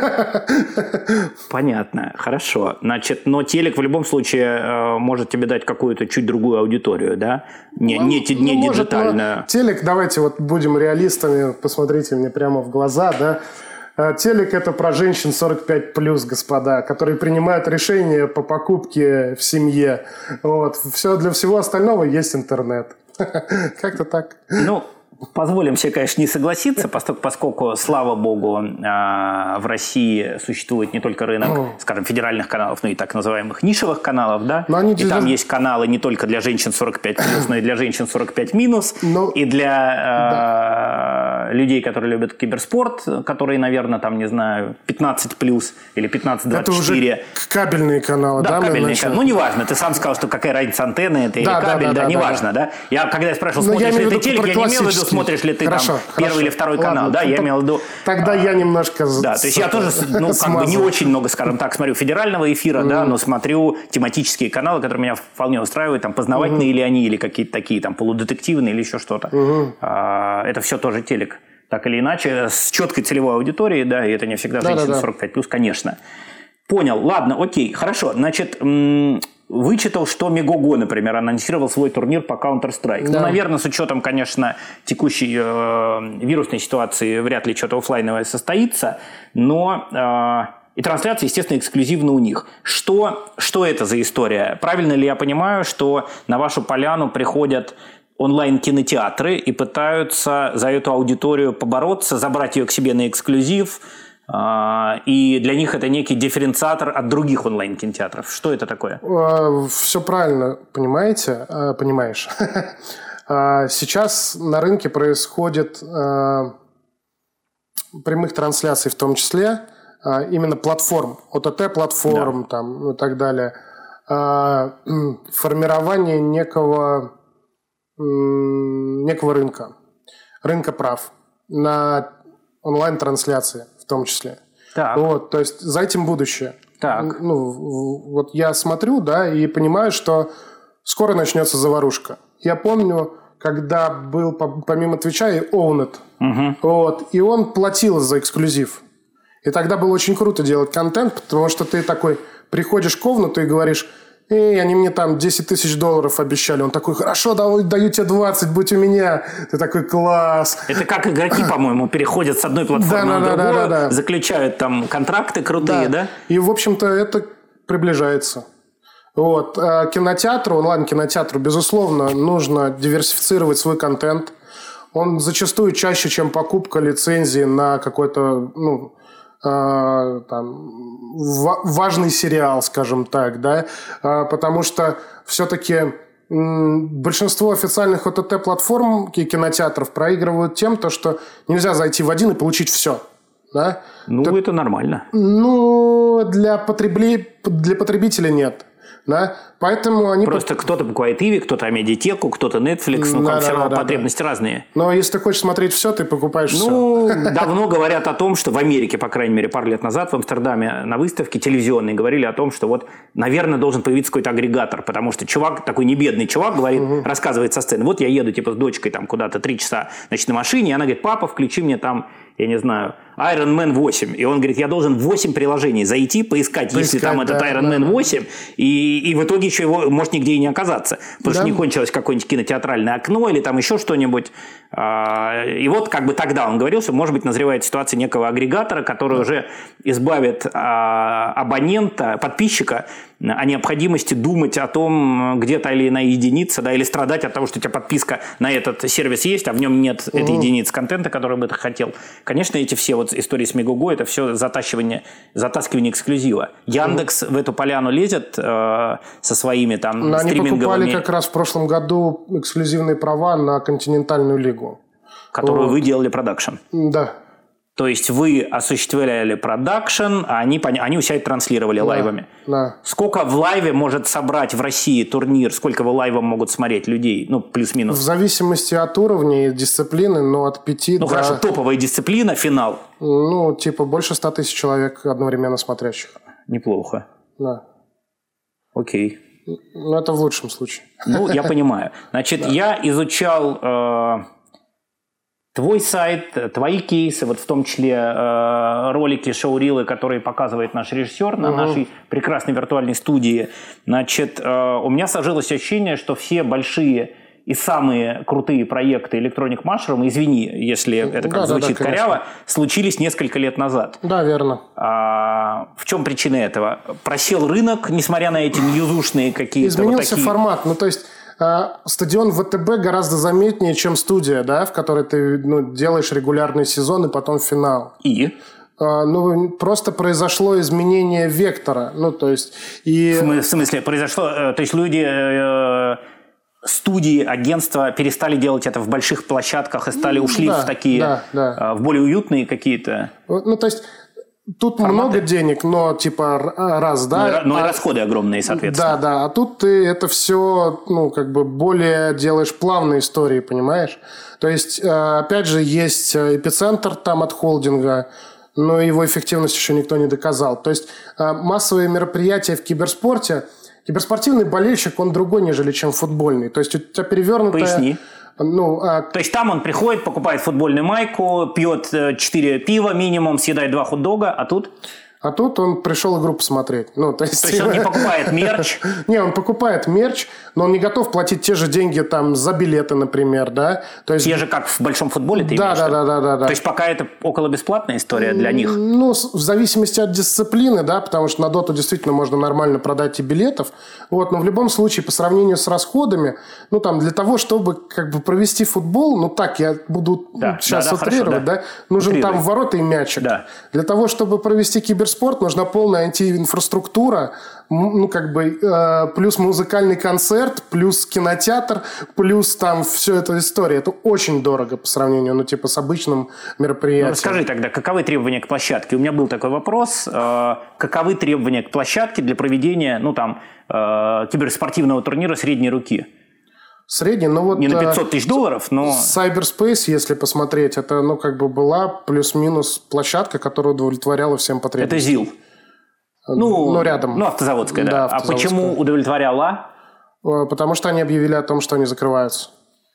Понятно, хорошо. Значит, но телек в любом случае э, может тебе дать какую-то чуть другую аудиторию, да? Не, ну, не, не ну, диджитальную. Может, телек, давайте вот будем реалистами, посмотрите мне прямо в глаза, да? Телек – это про женщин сорок пять плюс, господа, которые принимают решения по покупке в семье. Вот. Все, для всего остального есть интернет. Как-то так. Ну, позволим себе, конечно, не согласиться, поскольку, поскольку слава богу, в России существует не только рынок, О. скажем, федеральных каналов, но и так называемых нишевых каналов, да? Но они и там есть каналы не только для женщин сорок пять плюс, но и для женщин сорок пять минус, но... и для да. людей, которые любят киберспорт, которые, наверное, там, не знаю, пятнадцать плюс или пятнадцать двадцать четыре. Это уже кабельные каналы, да? Да, кабельные каналы. Ну, неважно, ты сам сказал, что какая разница, антенны это или да, кабель, да, да, да, да неважно, да, да. Я, когда я спрашивал, но смотришь я ли ты телек, я не имел в виду, смотришь ли ты хорошо, там хорошо. первый или второй Ладно, канал, да, я имел в виду... Тогда я немножко... Да, то есть я тоже, ну, как бы не очень много, скажем так, смотрю федерального эфира, да, но смотрю тематические каналы, которые меня вполне устраивают, там, познавательные или они, или какие-то такие, там, полудетективные или еще что-то. Это все тоже телек. Так или иначе, с четкой целевой аудиторией, да, и это не всегда женщины да, да, сорок пять плюс, конечно. Понял, ладно, окей, хорошо. Значит, м- вычитал, что Мегого, например, анонсировал свой турнир по Counter-Strike. Да. Ну, наверное, с учетом, конечно, текущей э- вирусной ситуации, вряд ли что-то офлайновое состоится, но... Э- И трансляция, естественно, эксклюзивна у них. Что, что это за история? Правильно ли я понимаю, что на вашу поляну приходят онлайн-кинотеатры и пытаются за эту аудиторию побороться, забрать ее к себе на эксклюзив, и для них это некий дифференциатор от других онлайн-кинотеатров? Что это такое? Все правильно понимаете, понимаешь. Сейчас на рынке происходит прямых трансляций в том числе, именно платформ, о тэ тэ-платформ да. там, и так далее, формирование некого, некого рынка, рынка прав на онлайн-трансляции в том числе. Так. Вот, то есть за этим будущее. Так. Ну, вот я смотрю, да, и понимаю, что скоро начнется заварушка. Я помню, когда был помимо Твича и Ownit, угу. вот, и он платил за эксклюзив. И тогда было очень круто делать контент, потому что ты такой приходишь в комнату и говоришь, эй, они мне там десять тысяч долларов обещали. Он такой, хорошо, даю, даю тебе двадцать, будь у меня. Ты такой, класс. Это как игроки, по-моему, переходят с одной платформы на другую, да, да, да. заключают там контракты крутые, да? да? И, в общем-то, это приближается. Вот. А кинотеатру, онлайн-кинотеатру, безусловно, нужно диверсифицировать свой контент. Он зачастую чаще, чем покупка лицензии на какой-то, ну, там, важный сериал, скажем так, да, потому что все-таки большинство официальных о тэ тэ-платформ и кинотеатров проигрывают тем, то, что нельзя зайти в один и получить все. Да? Ну, то, это нормально. Ну, для, потребли... для потребителя нет. Да? Поэтому они... Просто кто-то покупает Иви, кто-то Амедиатеку, кто-то Netflix, ну, да, как да, все равно да, потребности да. разные. Но если ты хочешь смотреть все, ты покупаешь ну, все. Ну, давно говорят о том, что в Америке, по крайней мере, пару лет назад в Амстердаме на выставке телевизионной говорили о том, что вот, наверное, должен появиться какой-то агрегатор, потому что чувак, такой небедный чувак, говорит, угу. рассказывает со сцены, вот я еду типа с дочкой там куда-то три часа, значит, на машине, и она говорит, папа, включи мне там, я не знаю, Iron Man восемь. И он говорит, я должен в восемь приложений зайти, поискать, поискать если там да, этот Iron Man да. восемь, и, и в итоге еще его может нигде и не оказаться. Потому да. что не кончилось какое-нибудь кинотеатральное окно или там еще что-нибудь. И вот как бы тогда он говорил, что может быть назревает ситуация некого агрегатора, который да. уже избавит абонента, подписчика о необходимости думать о том, где та или иная единица, да, или страдать от того, что у тебя подписка на этот сервис есть, а в нем нет угу. этой единицы контента, который бы ты хотел. Конечно, эти все вот истории с Мегого, это все затаскивание, затаскивание эксклюзива. Яндекс угу. в эту поляну лезет э, со своими там Но стриминговыми... Они покупали как раз в прошлом году эксклюзивные права на континентальную лигу. Которую вот. Вы делали продакшн. Да. То есть вы осуществляли продакшн, а они, они у себя транслировали да, лайвами. Да. Сколько в лайве может собрать в России турнир? Сколько вы лайвом могут смотреть людей? Ну, плюс-минус. В зависимости от уровня и дисциплины, но от пяти ну, до... Ну, хорошо, топовая дисциплина, финал. Ну, типа больше ста тысяч человек одновременно смотрящих. Неплохо. Да. Окей. Ну, это в лучшем случае. Ну, я понимаю. Значит, да. я изучал... Э... Твой сайт, твои кейсы, вот в том числе э, ролики, шоурилы, которые показывает наш режиссер на угу. нашей прекрасной виртуальной студии. Значит, э, у меня сложилось ощущение, что все большие и самые крутые проекты Electronic Mushroom, извини, если это как да, звучит да, да, коряво, случились несколько лет назад. Да, верно. А, в чем причина этого? Просел рынок, несмотря на эти ньюзушные какие-то Изменился вот такие... формат, ну то есть... Стадион вэ тэ бэ гораздо заметнее, чем студия, да, в которой ты ну, делаешь регулярный сезон и потом финал. И? А, ну, просто произошло изменение вектора. Ну, то есть... И... В смысле, произошло... То есть люди... студии, агентства перестали делать это в больших площадках и стали ушли да, в такие, да, да. в более уютные какие-то... Ну, то есть, тут форматы. Много денег, но типа раз, да. Но, но а, и расходы огромные, соответственно. Да, да. А тут ты это все, ну, как бы более делаешь плавные истории, понимаешь? То есть, опять же, есть эпицентр там от холдинга, но его эффективность еще никто не доказал. То есть, массовые мероприятия в киберспорте... Киберспортивный болельщик, он другой, нежели чем футбольный. То есть у тебя перевернутая... Поясни. Ну, а... То есть там он приходит, покупает футбольную майку, пьет четыре пива минимум, съедает два хот-дога, а тут... А тут он пришел игру посмотреть. Ну, то есть, то есть он не покупает мерч? Не, он покупает мерч, но он не готов платить те же деньги там за билеты, например, да? То есть... Те же, как в большом футболе ты да, имеешь? Да, да, да, да, да. То есть пока это около бесплатная история для них? Ну, в зависимости от дисциплины, да, потому что на доту действительно можно нормально продать и билетов. Вот, но в любом случае, по сравнению с расходами, ну, там, для того, чтобы как бы провести футбол, ну, так, я буду да, сейчас да, да, утрировать, хорошо, да, нужен Утрируй. там ворота и мячик. Да. Для того, чтобы провести киберспорт, спорт, нужна полная антиинфраструктура, ну, как бы, э, плюс музыкальный концерт, плюс кинотеатр, плюс там все эта история. Это очень дорого по сравнению, ну, типа, с обычным мероприятием. Ну, расскажи тогда, каковы требования к площадке? У меня был такой вопрос. Э, каковы требования к площадке для проведения, ну, там, э, киберспортивного турнира средней руки? Средний, ну вот... Не на пятьсот тысяч долларов, но... Cyberspace, если посмотреть, это, ну, как бы была плюс-минус площадка, которая удовлетворяла всем потребностям. Это ЗИЛ? Ну, ну, рядом. Ну, автозаводская, да. да автозаводская. А почему удовлетворяла? Потому что они объявили о том, что они закрываются.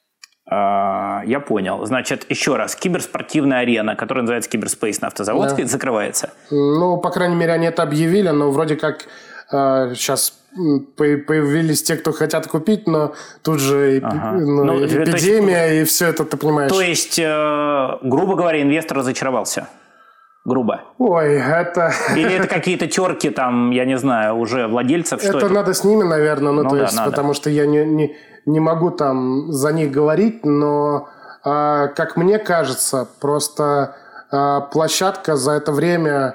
А, я понял. Значит, еще раз. Киберспортивная арена, которая называется Киберспейс на автозаводской, да. закрывается? Ну, по крайней мере, они это объявили, но вроде как э, сейчас... появились те, кто хотят купить, но тут же ага. ну, ну, эпидемия есть, и все это, ты понимаешь. То есть, э, грубо говоря, инвестор разочаровался? Грубо. Ой, это... Или это какие-то терки, там, я не знаю, уже владельцев? Что это, это надо с ними, наверное, ну, ну то да, есть, надо. Потому что я не, не, не могу там за них говорить, но, а, как мне кажется, просто а, площадка за это время,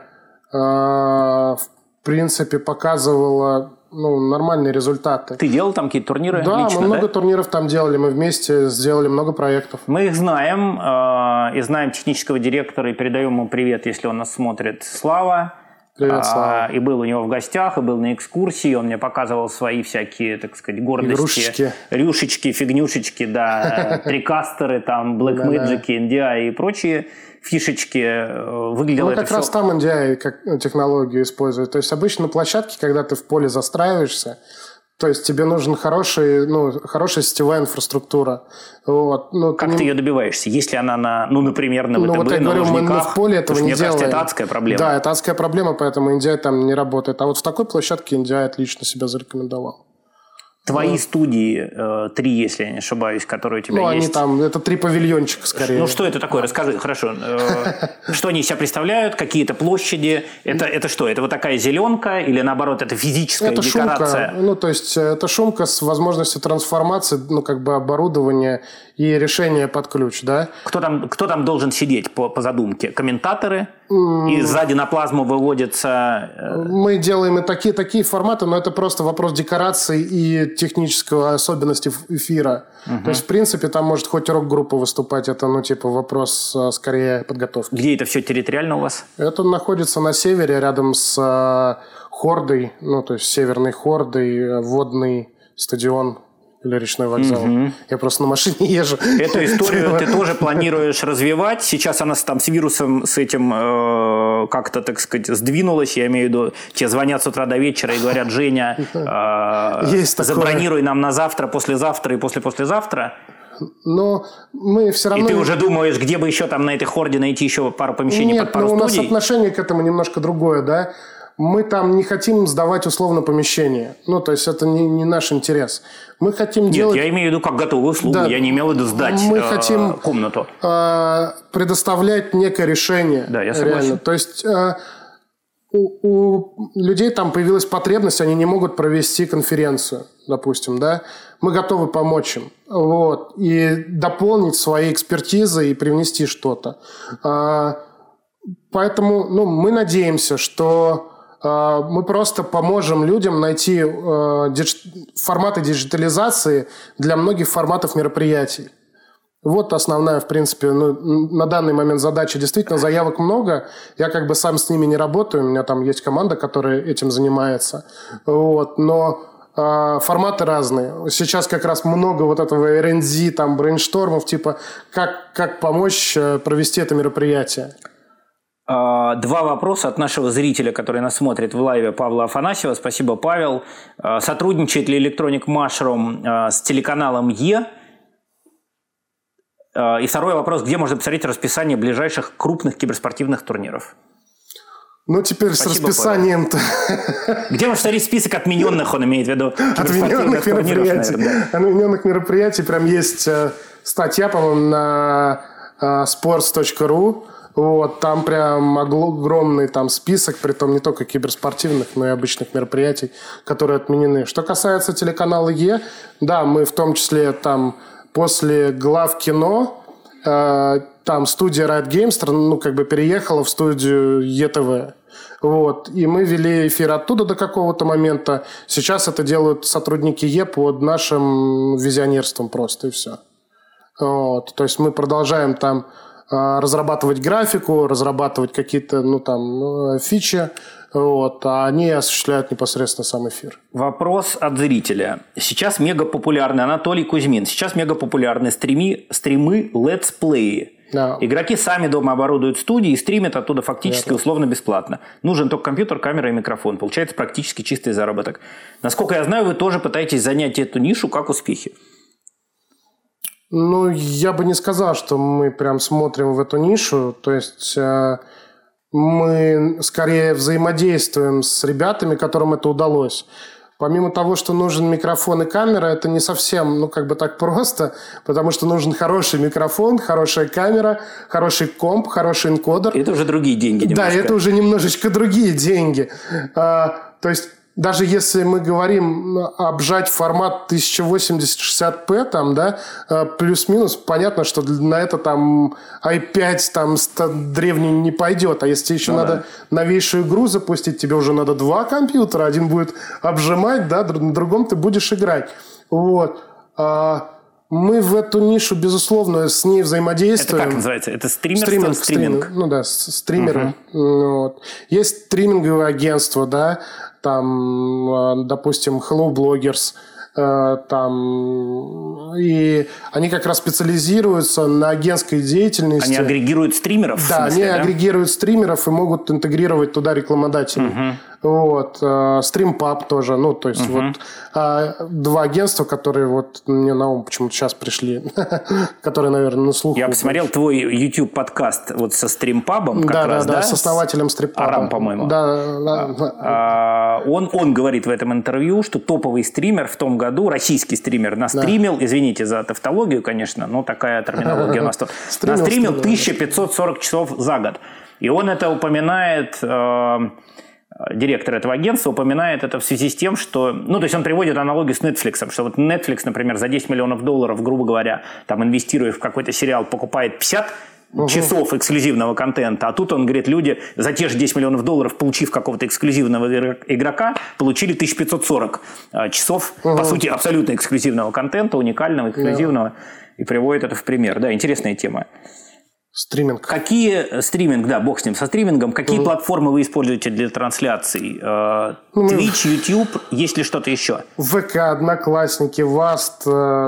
а, в принципе, показывала... ну, нормальные результаты. Ты делал там какие-то турниры да, лично, мы много да? турниров там делали, мы вместе сделали много проектов. Мы их знаем, э, и знаем технического директора, и передаем ему привет, если он нас смотрит, Слава. Привет, Слава. И был у него в гостях, и был на экскурсии, он мне показывал свои всякие, так сказать, гордости. Игрушечки. Рюшечки, фигнюшечки, да, трикастеры, там, Blackmagic, эн ди ай и прочие фишечки. Выглядело ну, это как все... раз там эн ди ай как технологию используют. То есть обычно на площадке, когда ты в поле застраиваешься, то есть тебе нужна хорошая, ну, хорошая сетевая инфраструктура. Вот. Но как ты, ты не... ее добиваешься? Если она, на, ну, например, на ВТБ, ну, вот я на говорю, Лужниках, мы в поле этого не мне делаем. кажется, это адская проблема. Да, это адская проблема, поэтому эн ди ай там не работает. А вот в такой площадке эн ди ай отлично себя зарекомендовал. Твои ну, студии, э, три, если я не ошибаюсь, которые у тебя ну, есть. Ну, они там, это три павильончика скорее. Ну, что это такое? Расскажи, хорошо. Э, что они из себя представляют? Какие-то площади? Это, это что? Это вот такая зеленка? Или, наоборот, это физическая это декорация? Шумка. Ну, то есть, это шумка с возможностью трансформации, ну, как бы оборудования и решения под ключ, да? Кто там, кто там должен сидеть по, по задумке? Комментаторы? Mm. И сзади на плазму выводится... Э... Мы делаем и такие, такие форматы, но это просто вопрос декорации и технической особенности эфира. Uh-huh. То есть, в принципе, там может хоть рок-группа выступать. Это, ну, типа, вопрос скорее подготовки. Где это все территориально у вас? Это находится на севере, рядом с э, Хордой, ну, то есть, Северной Хордой, водный стадион или речной вокзал. Угу. Я просто на машине езжу. Эту историю ты тоже планируешь развивать. Сейчас она там с вирусом, с этим э, как-то, так сказать, сдвинулась. Я имею в виду, тебе звонят с утра до вечера и говорят: Женя, э, забронируй нам на завтра, послезавтра и после-послезавтра. Но мы все равно... И ты уже думаешь, где бы еще там на этой хорде найти еще пару помещений Нет, под пару студий? Нет, студий? у нас отношение к этому немножко другое, да. Мы там не хотим сдавать условно помещение. Ну, то есть, это не, не наш интерес. Мы хотим Нет, делать... я имею в виду как готовую услугу. Да. Я не имел в виду сдать Мы э, хотим комнату. Э, предоставлять некое решение. Да, я согласен. Реально. То есть, э, у, у людей там появилась потребность, они не могут провести конференцию, допустим, да. Мы готовы помочь им. Вот. И дополнить свои экспертизы и привнести что-то. Э, поэтому, ну, мы надеемся, что... Мы просто поможем людям найти форматы диджитализации для многих форматов мероприятий. Вот основная, в принципе, ну, на данный момент задача. Действительно, заявок много. Я как бы сам с ними не работаю. У меня там есть команда, которая этим занимается. Вот. Но э, форматы разные. Сейчас как раз много вот этого эр энд ди, там, брейнштормов, типа, как, как помочь провести это мероприятие. Два вопроса от нашего зрителя, который нас смотрит в лайве, Павла Афанасьева. Спасибо, Павел. Сотрудничает ли Electronic Mushroom с телеканалом Е? И второй вопрос, где можно посмотреть расписание ближайших крупных киберспортивных турниров? Ну, теперь Спасибо, с расписанием-то... Где можно смотреть список отмененных, он имеет в виду, отмененных мероприятий. Турниров, отмененных мероприятий. Прям есть статья, по-моему, на sports точка ру. Вот, там прям огромный там список, притом не только киберспортивных, но и обычных мероприятий, которые отменены. Что касается телеканала Е, да, мы в том числе там... После глав кино э, там студия Riot Games ну, как бы переехала в студию Е Тэ Вэ. Вот. И мы вели эфир оттуда до какого-то момента. Сейчас это делают сотрудники Е под нашим визионерством просто, и все. Вот. То есть мы продолжаем там э, разрабатывать графику, разрабатывать какие-то ну, там, фичи. Вот, а они осуществляют непосредственно сам эфир. Вопрос от зрителя. Сейчас мега популярный Анатолий Кузьмин. Сейчас мега популярны стримы, стримы летсплеи. Да. Игроки сами дома оборудуют студии и стримят оттуда фактически Верно. условно бесплатно. Нужен только компьютер, камера и микрофон. Получается практически чистый заработок. Насколько я знаю, вы тоже пытаетесь занять эту нишу. Как успехи? Ну, я бы не сказал, что мы прям смотрим в эту нишу. То есть... Мы скорее взаимодействуем с ребятами, которым это удалось. Помимо того, что нужен микрофон и камера, это не совсем, ну, как бы так просто, потому что нужен хороший микрофон, хорошая камера, хороший комп, хороший энкодер. Это уже другие деньги немножко. Да, это уже немножечко другие деньги. А, то есть... Даже если мы говорим обжать формат тысяча восемьдесят шестьдесят пэ, там, да, плюс-минус, понятно, что на это там ай пять там, древний не пойдет. А если еще ну, надо да. новейшую игру запустить, тебе уже надо два компьютера. Один будет обжимать, да, на другом ты будешь играть. Вот. Мы в эту нишу, безусловно, с ней взаимодействуем. Это как называется? Это стримерство? Стриминг. стриминг. Ну да, стримеры. Uh-huh. Вот. Есть стриминговые агентства, да, там, допустим, Hello Bloggers, там, и они как раз специализируются на агентской деятельности. Они агрегируют стримеров? Да, смысле, они да? агрегируют стримеров и могут интегрировать туда рекламодателей. Uh-huh. Вот, StreamPub тоже, ну, то есть uh-huh. вот а, два агентства, которые вот мне на ум почему-то сейчас пришли, которые, наверное, на слуху. Я посмотрел твой YouTube-подкаст вот со StreamPub'ом как да, раз, да? да, с основателем StreamPub. Арам, по-моему. Да, да. А, он, он говорит в этом интервью, что топовый стример в том году, российский стример, настримил, да. извините за тавтологию, конечно, но такая терминология у нас тут, настримил тысяча пятьсот сорок часов за год. И он это упоминает... Директор этого агентства упоминает это в связи с тем, что... Ну, то есть он приводит аналогию с Netflix, что вот Netflix, например, за десять миллионов долларов, грубо говоря, там, инвестируя в какой-то сериал, покупает пятьдесят угу. часов эксклюзивного контента, а тут он говорит, люди за те же десять миллионов долларов, получив какого-то эксклюзивного игрока, получили тысяча пятьсот сорок часов, угу. по сути, абсолютно эксклюзивного контента, уникального, эксклюзивного, да. и приводит это в пример. Да, интересная тема. Стриминг. Какие стриминг, да, бог с ним, со стримингом. Какие mm. платформы вы используете для трансляций? Twitch, YouTube, есть ли что-то еще? ВК, Одноклассники, Васт,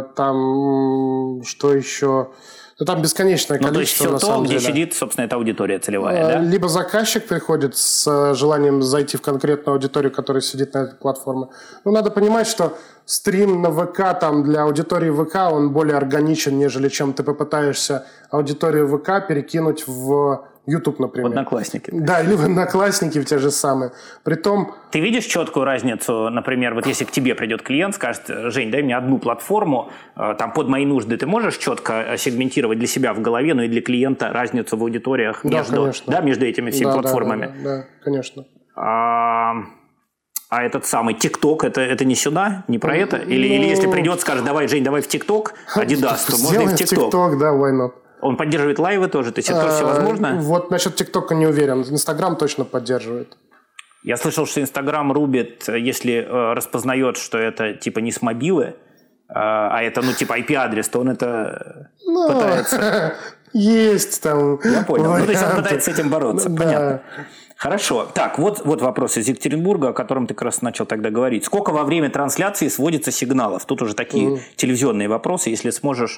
там что еще? Ну, там бесконечное количество, ну, то есть все на то, самом где деле. сидит, собственно, эта аудитория целевая, да? Либо заказчик приходит с желанием зайти в конкретную аудиторию, которая сидит на этой платформе. Ну, надо понимать, что стрим на ВК там, для аудитории ВК, он более органичен, нежели чем ты попытаешься аудиторию ВК перекинуть в YouTube, например. В Одноклассники. Да, или в Одноклассники, в те же самые. Притом... Ты видишь четкую разницу, например, вот если к тебе придет клиент, скажет, Жень, дай мне одну платформу, там под мои нужды, ты можешь четко сегментировать для себя в голове, ну и для клиента разницу в аудиториях да, между, конечно. да, между этими всеми да, платформами? Да, да, да, конечно. А... А этот самый ТикТок, это, это не сюда, не про это? Или, ну... или если придет, скажет, давай, Жень, давай в ТикТок, Adidas, то можно и в ТикТок. ТикТок, да, why not? Он поддерживает лайвы тоже? То есть это тоже все возможно? Вот насчет ТикТока не уверен. Инстаграм точно поддерживает. Я слышал, что Инстаграм рубит, если э, распознает, что это типа не с мобилы, э, а это, ну, типа ай пи-адрес, то он это ну, пытается... Есть там... Я понял. Ну, то есть он пытается с этим бороться, да. Понятно. Хорошо. Так, вот, вот вопрос из Екатеринбурга, о котором ты как раз начал тогда говорить. Сколько во время трансляции сводится сигналов? Тут уже такие mm. телевизионные вопросы, если сможешь...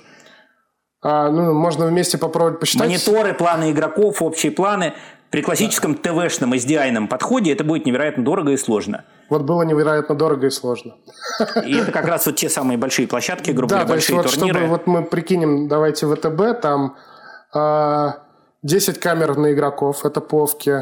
А, ну, можно вместе попробовать посчитать. Мониторы, планы игроков, общие планы. При классическом да. ТВ-шном эс ди ай-ном подходе это будет невероятно дорого и сложно. Вот было невероятно дорого и сложно. И это как раз вот те самые большие площадки, грубо говоря, да, большие вот, турниры. Чтобы, вот мы прикинем, давайте ВТБ, там э, десять камер на игроков, это ПОВки,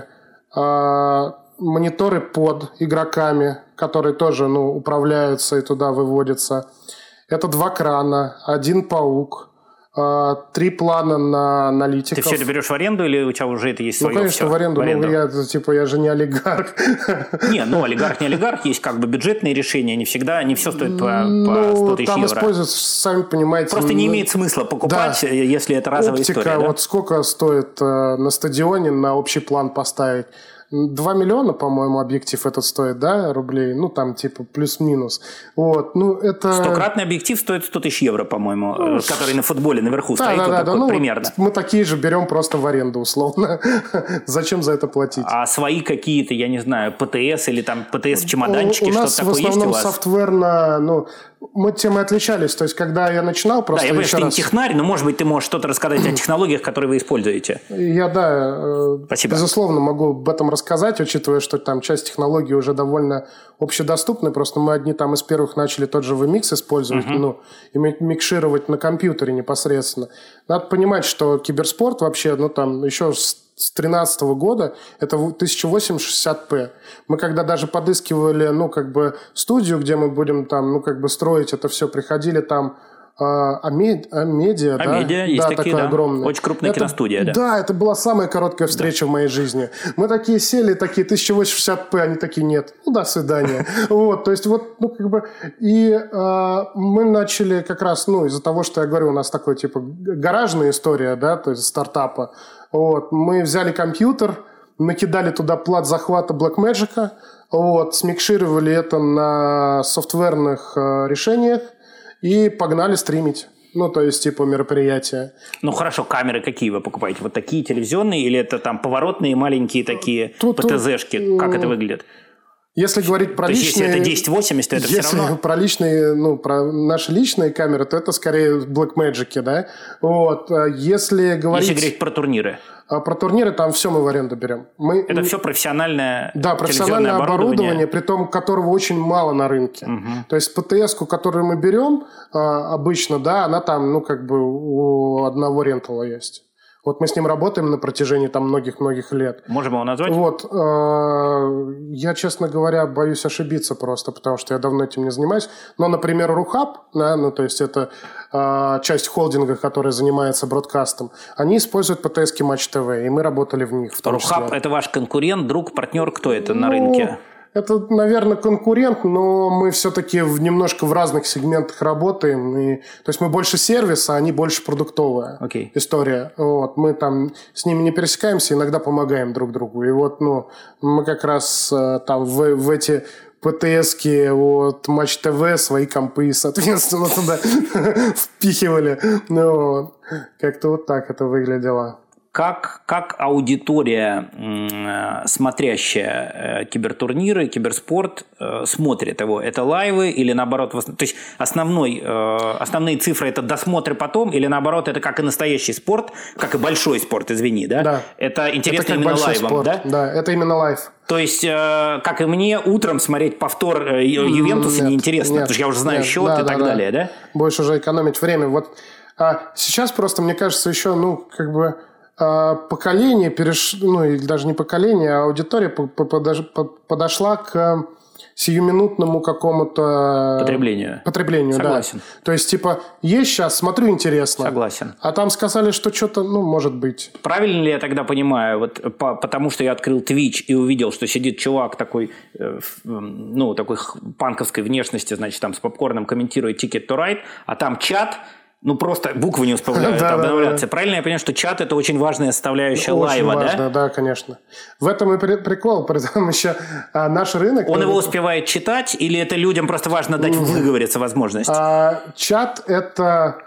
э, мониторы под игроками, которые тоже ну, управляются и туда выводятся. Это два крана, один паук. Три плана на аналитиков. Ты все это берешь в аренду или у тебя уже это есть свое? Ну, конечно, все? в аренду. В аренду. Ну, я, типа, я же не олигарх. Не, ну, олигарх не олигарх. Есть как бы бюджетные решения. Не всегда, не все стоит по, ну, по сто тысяч там евро. используются, сами понимаете... Просто не имеет смысла покупать, да. если это разовая Оптика, история. Да? Вот сколько стоит э, на стадионе на общий план поставить? два миллиона, по-моему, объектив этот стоит, да, рублей? Ну, там, типа, плюс-минус. Вот, ну, это... Стократный объектив стоит сто тысяч евро, по-моему, ну, который на футболе наверху да, стоит. Да, вот да, такой, да, ну, примерно. Мы такие же берем просто в аренду, условно. Зачем за это платить? А свои какие-то, я не знаю, ПТС или там ПТС в чемоданчике, что-то такое есть у вас? У нас в основном софтверно, ну, мы тем и отличались. То есть, когда я начинал, просто Да, я понимаю, что ты раз... не технарь, но, может быть, ты можешь что-то рассказать о технологиях, которые вы используете. Я, да, Спасибо. безусловно, могу об этом рассказать, учитывая, что там часть технологий уже довольно общедоступны. Просто мы одни там из первых начали тот же ви микс использовать, uh-huh. ну, и микшировать на компьютере непосредственно. Надо понимать, что киберспорт вообще, ну, там, еще с две тысячи тринадцатого года это тысяча восемьдесят шестьдесят пэ. Мы когда даже подыскивали, ну, как бы студию, где мы будем там, ну, как бы строить это все, приходили там Амедиа, а да? Амедиа, есть да, такие, да. Огромный. Очень крупная это, киностудия, да. Да, это была самая короткая встреча да. в моей жизни. Мы такие сели, такие тысяча восемьдесят шестьдесят пэ, они такие, нет, ну, до свидания. Вот, то есть вот, ну, как бы, и мы начали как раз, ну, из-за того, что я говорю, у нас такой, типа, гаражная история, да, то есть стартапа. Вот, мы взяли компьютер, накидали туда плат захвата Blackmagic, вот, смикшировали это на софтверных решениях, и погнали стримить. Ну, то есть, типа, мероприятия. Ну, хорошо, камеры какие вы покупаете? Вот такие телевизионные или это там поворотные маленькие такие тут, ПТЗшки? Тут, как это выглядит? Если говорить про то личные... есть, если это десять восемьдесят, то это если все равно... Если про личные, ну, про наши личные камеры, то это скорее Blackmagic, да? Вот. Если говорить... Если говорить про турниры. А про турниры там все мы в аренду берем. Мы... Это все профессиональное Да, профессиональное оборудование, оборудование, при том, которого очень мало на рынке. Угу. То есть ПТС-ку, которую мы берем обычно, да, она там, ну, как бы у одного рентала есть. Вот мы с ним работаем на протяжении там многих-многих лет. Можем его назвать? Вот. Э, я, честно говоря, боюсь ошибиться просто, потому что я давно этим не занимаюсь. Но, например, Рухаб, да, ну, то есть это э, часть холдинга, которая занимается бродкастом, они используют ПТС-ки Матч ТВ, и мы работали в них. В Рухаб – это ваш конкурент, друг, партнер? Кто это ну, на рынке? Это, наверное, конкурент, но мы все-таки в, немножко в разных сегментах работаем. И, то есть мы больше сервиса, а они больше продуктовая okay. история. Вот, мы там с ними не пересекаемся, иногда помогаем друг другу. И вот ну, мы как раз там в, в эти ПТСки от Матч ТВ свои компы, соответственно, туда впихивали. Ну, как-то вот так это выглядело. Как, как аудитория, э, смотрящая э, кибертурниры, киберспорт, э, смотрит его? Это лайвы или наоборот? То есть основной, э, основные цифры – это досмотры потом или наоборот это как и настоящий спорт, как и большой спорт, извини, да? Да. Это интересно это именно лайвом, спорт. Да? Да, это именно лайв. То есть, э, как и мне, утром смотреть повтор э, Ювентуса нет, неинтересно, нет, потому что я уже знаю нет, счет да, и да, так да. далее, да? Будешь уже экономить время. Вот а сейчас просто, мне кажется, еще, ну, как бы поколение переш... ну, или даже не поколение, а аудитория подошла к сиюминутному какому-то... Потреблению. Потреблению, Согласен. Да. То есть, типа, есть сейчас, смотрю, интересно. Согласен. А там сказали, что что-то, ну, может быть. Правильно ли я тогда понимаю, вот по, потому что я открыл Twitch и увидел, что сидит чувак такой, э, ну, такой панковской внешности, значит, там с попкорном комментирует Ticket to Ride, а там чат, Ну, просто буквы не успевают обновляться. Правильно я понимаю, что чат – это очень важная составляющая лайва, да? Очень важно, да, конечно. В этом и прикол, притом еще наш рынок… Он его успевает читать, или это людям просто важно дать выговориться возможность? Чат – это…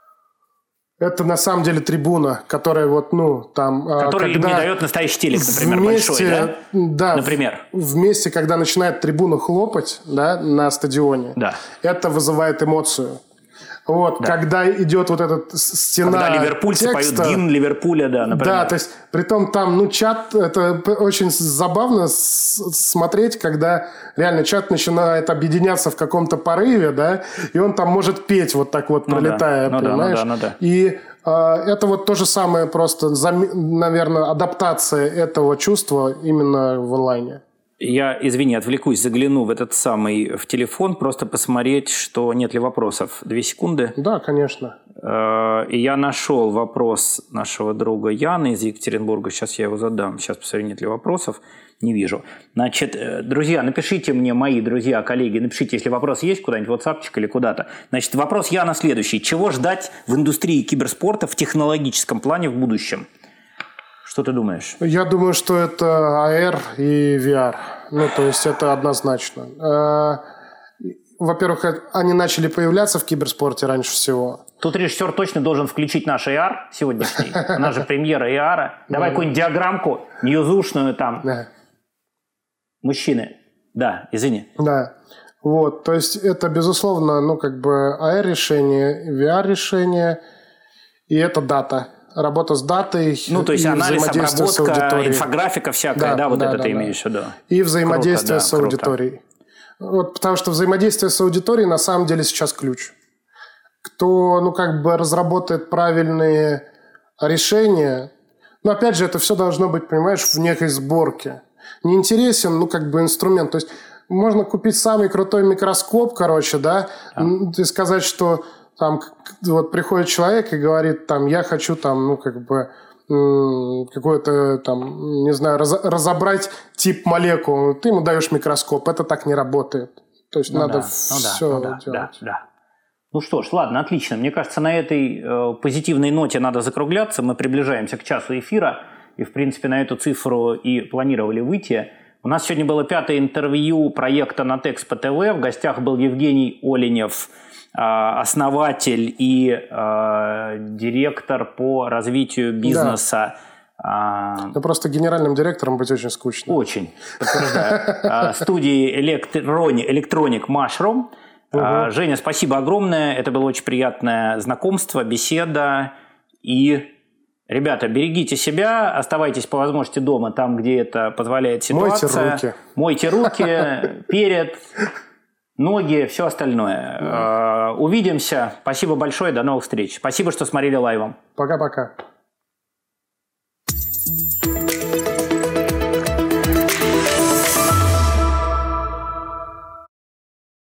Это на самом деле трибуна, которая вот, ну, там… Которая им не дает настоящий телек, например, вместе, большой, да? Да, например. Вместе, когда начинает трибуна хлопать, да, на стадионе, да. это вызывает эмоцию. Вот, да. Когда идет вот эта стена когда ливерпульцы текста, поют гимн Ливерпуля, да, например. Да, то есть, притом там, ну, чат, это очень забавно смотреть, когда реально чат начинает объединяться в каком-то порыве, да, и он там может петь вот так вот, пролетая, ну, да. понимаешь? Ну, да, ну, да, ну, да. И э, это вот то же самое, просто, наверное, адаптация этого чувства именно в онлайне. Я, извини, отвлекусь, загляну в этот самый, в телефон, просто посмотреть, что нет ли вопросов. Две секунды. Да, конечно. И я нашел вопрос нашего друга Яны из Екатеринбурга. Сейчас я его задам. Сейчас посмотрю, нет ли вопросов. Не вижу. Значит, друзья, напишите мне, мои друзья, коллеги, напишите, если вопрос есть куда-нибудь, в WhatsApp или куда-то. Значит, вопрос Яна следующий. Чего ждать в индустрии киберспорта в технологическом плане в будущем? Что ты думаешь? Я думаю, что это эй ар и ви ар. Ну, то есть, это однозначно. Во-первых, они начали появляться в киберспорте раньше всего. Тут режиссер точно должен включить наш эй ар сегодняшний. У нас же премьера эй ар. Давай какую-нибудь диаграммку ньюзушную там. Мужчины. Да, извини. Да. Вот, то есть, это, безусловно, ну, как бы эй ар-решение, ви ар-решение, и это дата. Работа с датой. Ну, то есть анализ, обработка, инфографика всякая, да, да вот да, это да, ты да. имеешь в виду. И взаимодействие круто, с аудиторией. Круто. Вот, потому что взаимодействие с аудиторией на самом деле сейчас ключ. Кто, ну, как бы разработает правильные решения, но, опять же, это все должно быть, понимаешь, в некой сборке. Не интересен, ну, как бы инструмент. То есть можно купить самый крутой микроскоп, короче, да, а. и сказать, что там вот приходит человек и говорит, там, я хочу там, ну, как бы какое-то там, не знаю, раз, разобрать тип молекул. Ты ему даешь микроскоп, это так не работает. То есть ну надо да, все ну да, делать. Ну да, да. Ну что ж, ладно, отлично. Мне кажется, на этой э, позитивной ноте надо закругляться. Мы приближаемся к часу эфира. И, в принципе, на эту цифру и планировали выйти. У нас сегодня было пятое интервью проекта Натexpo тэ вэ. В гостях был Евгений Оленев, основатель и э, директор по развитию бизнеса. Да. Ну, просто генеральным директором быть очень скучно. Очень, подтверждаю. Студии Electronic Mushroom. Угу. Женя, спасибо огромное. Это было очень приятное знакомство, беседа. И, ребята, берегите себя, оставайтесь по возможности дома, там, где это позволяет ситуация. Мойте руки. Мойте руки перед... ноги, все остальное. Да. Увидимся. Спасибо большое. До новых встреч. Спасибо, что смотрели лайвом. Пока-пока.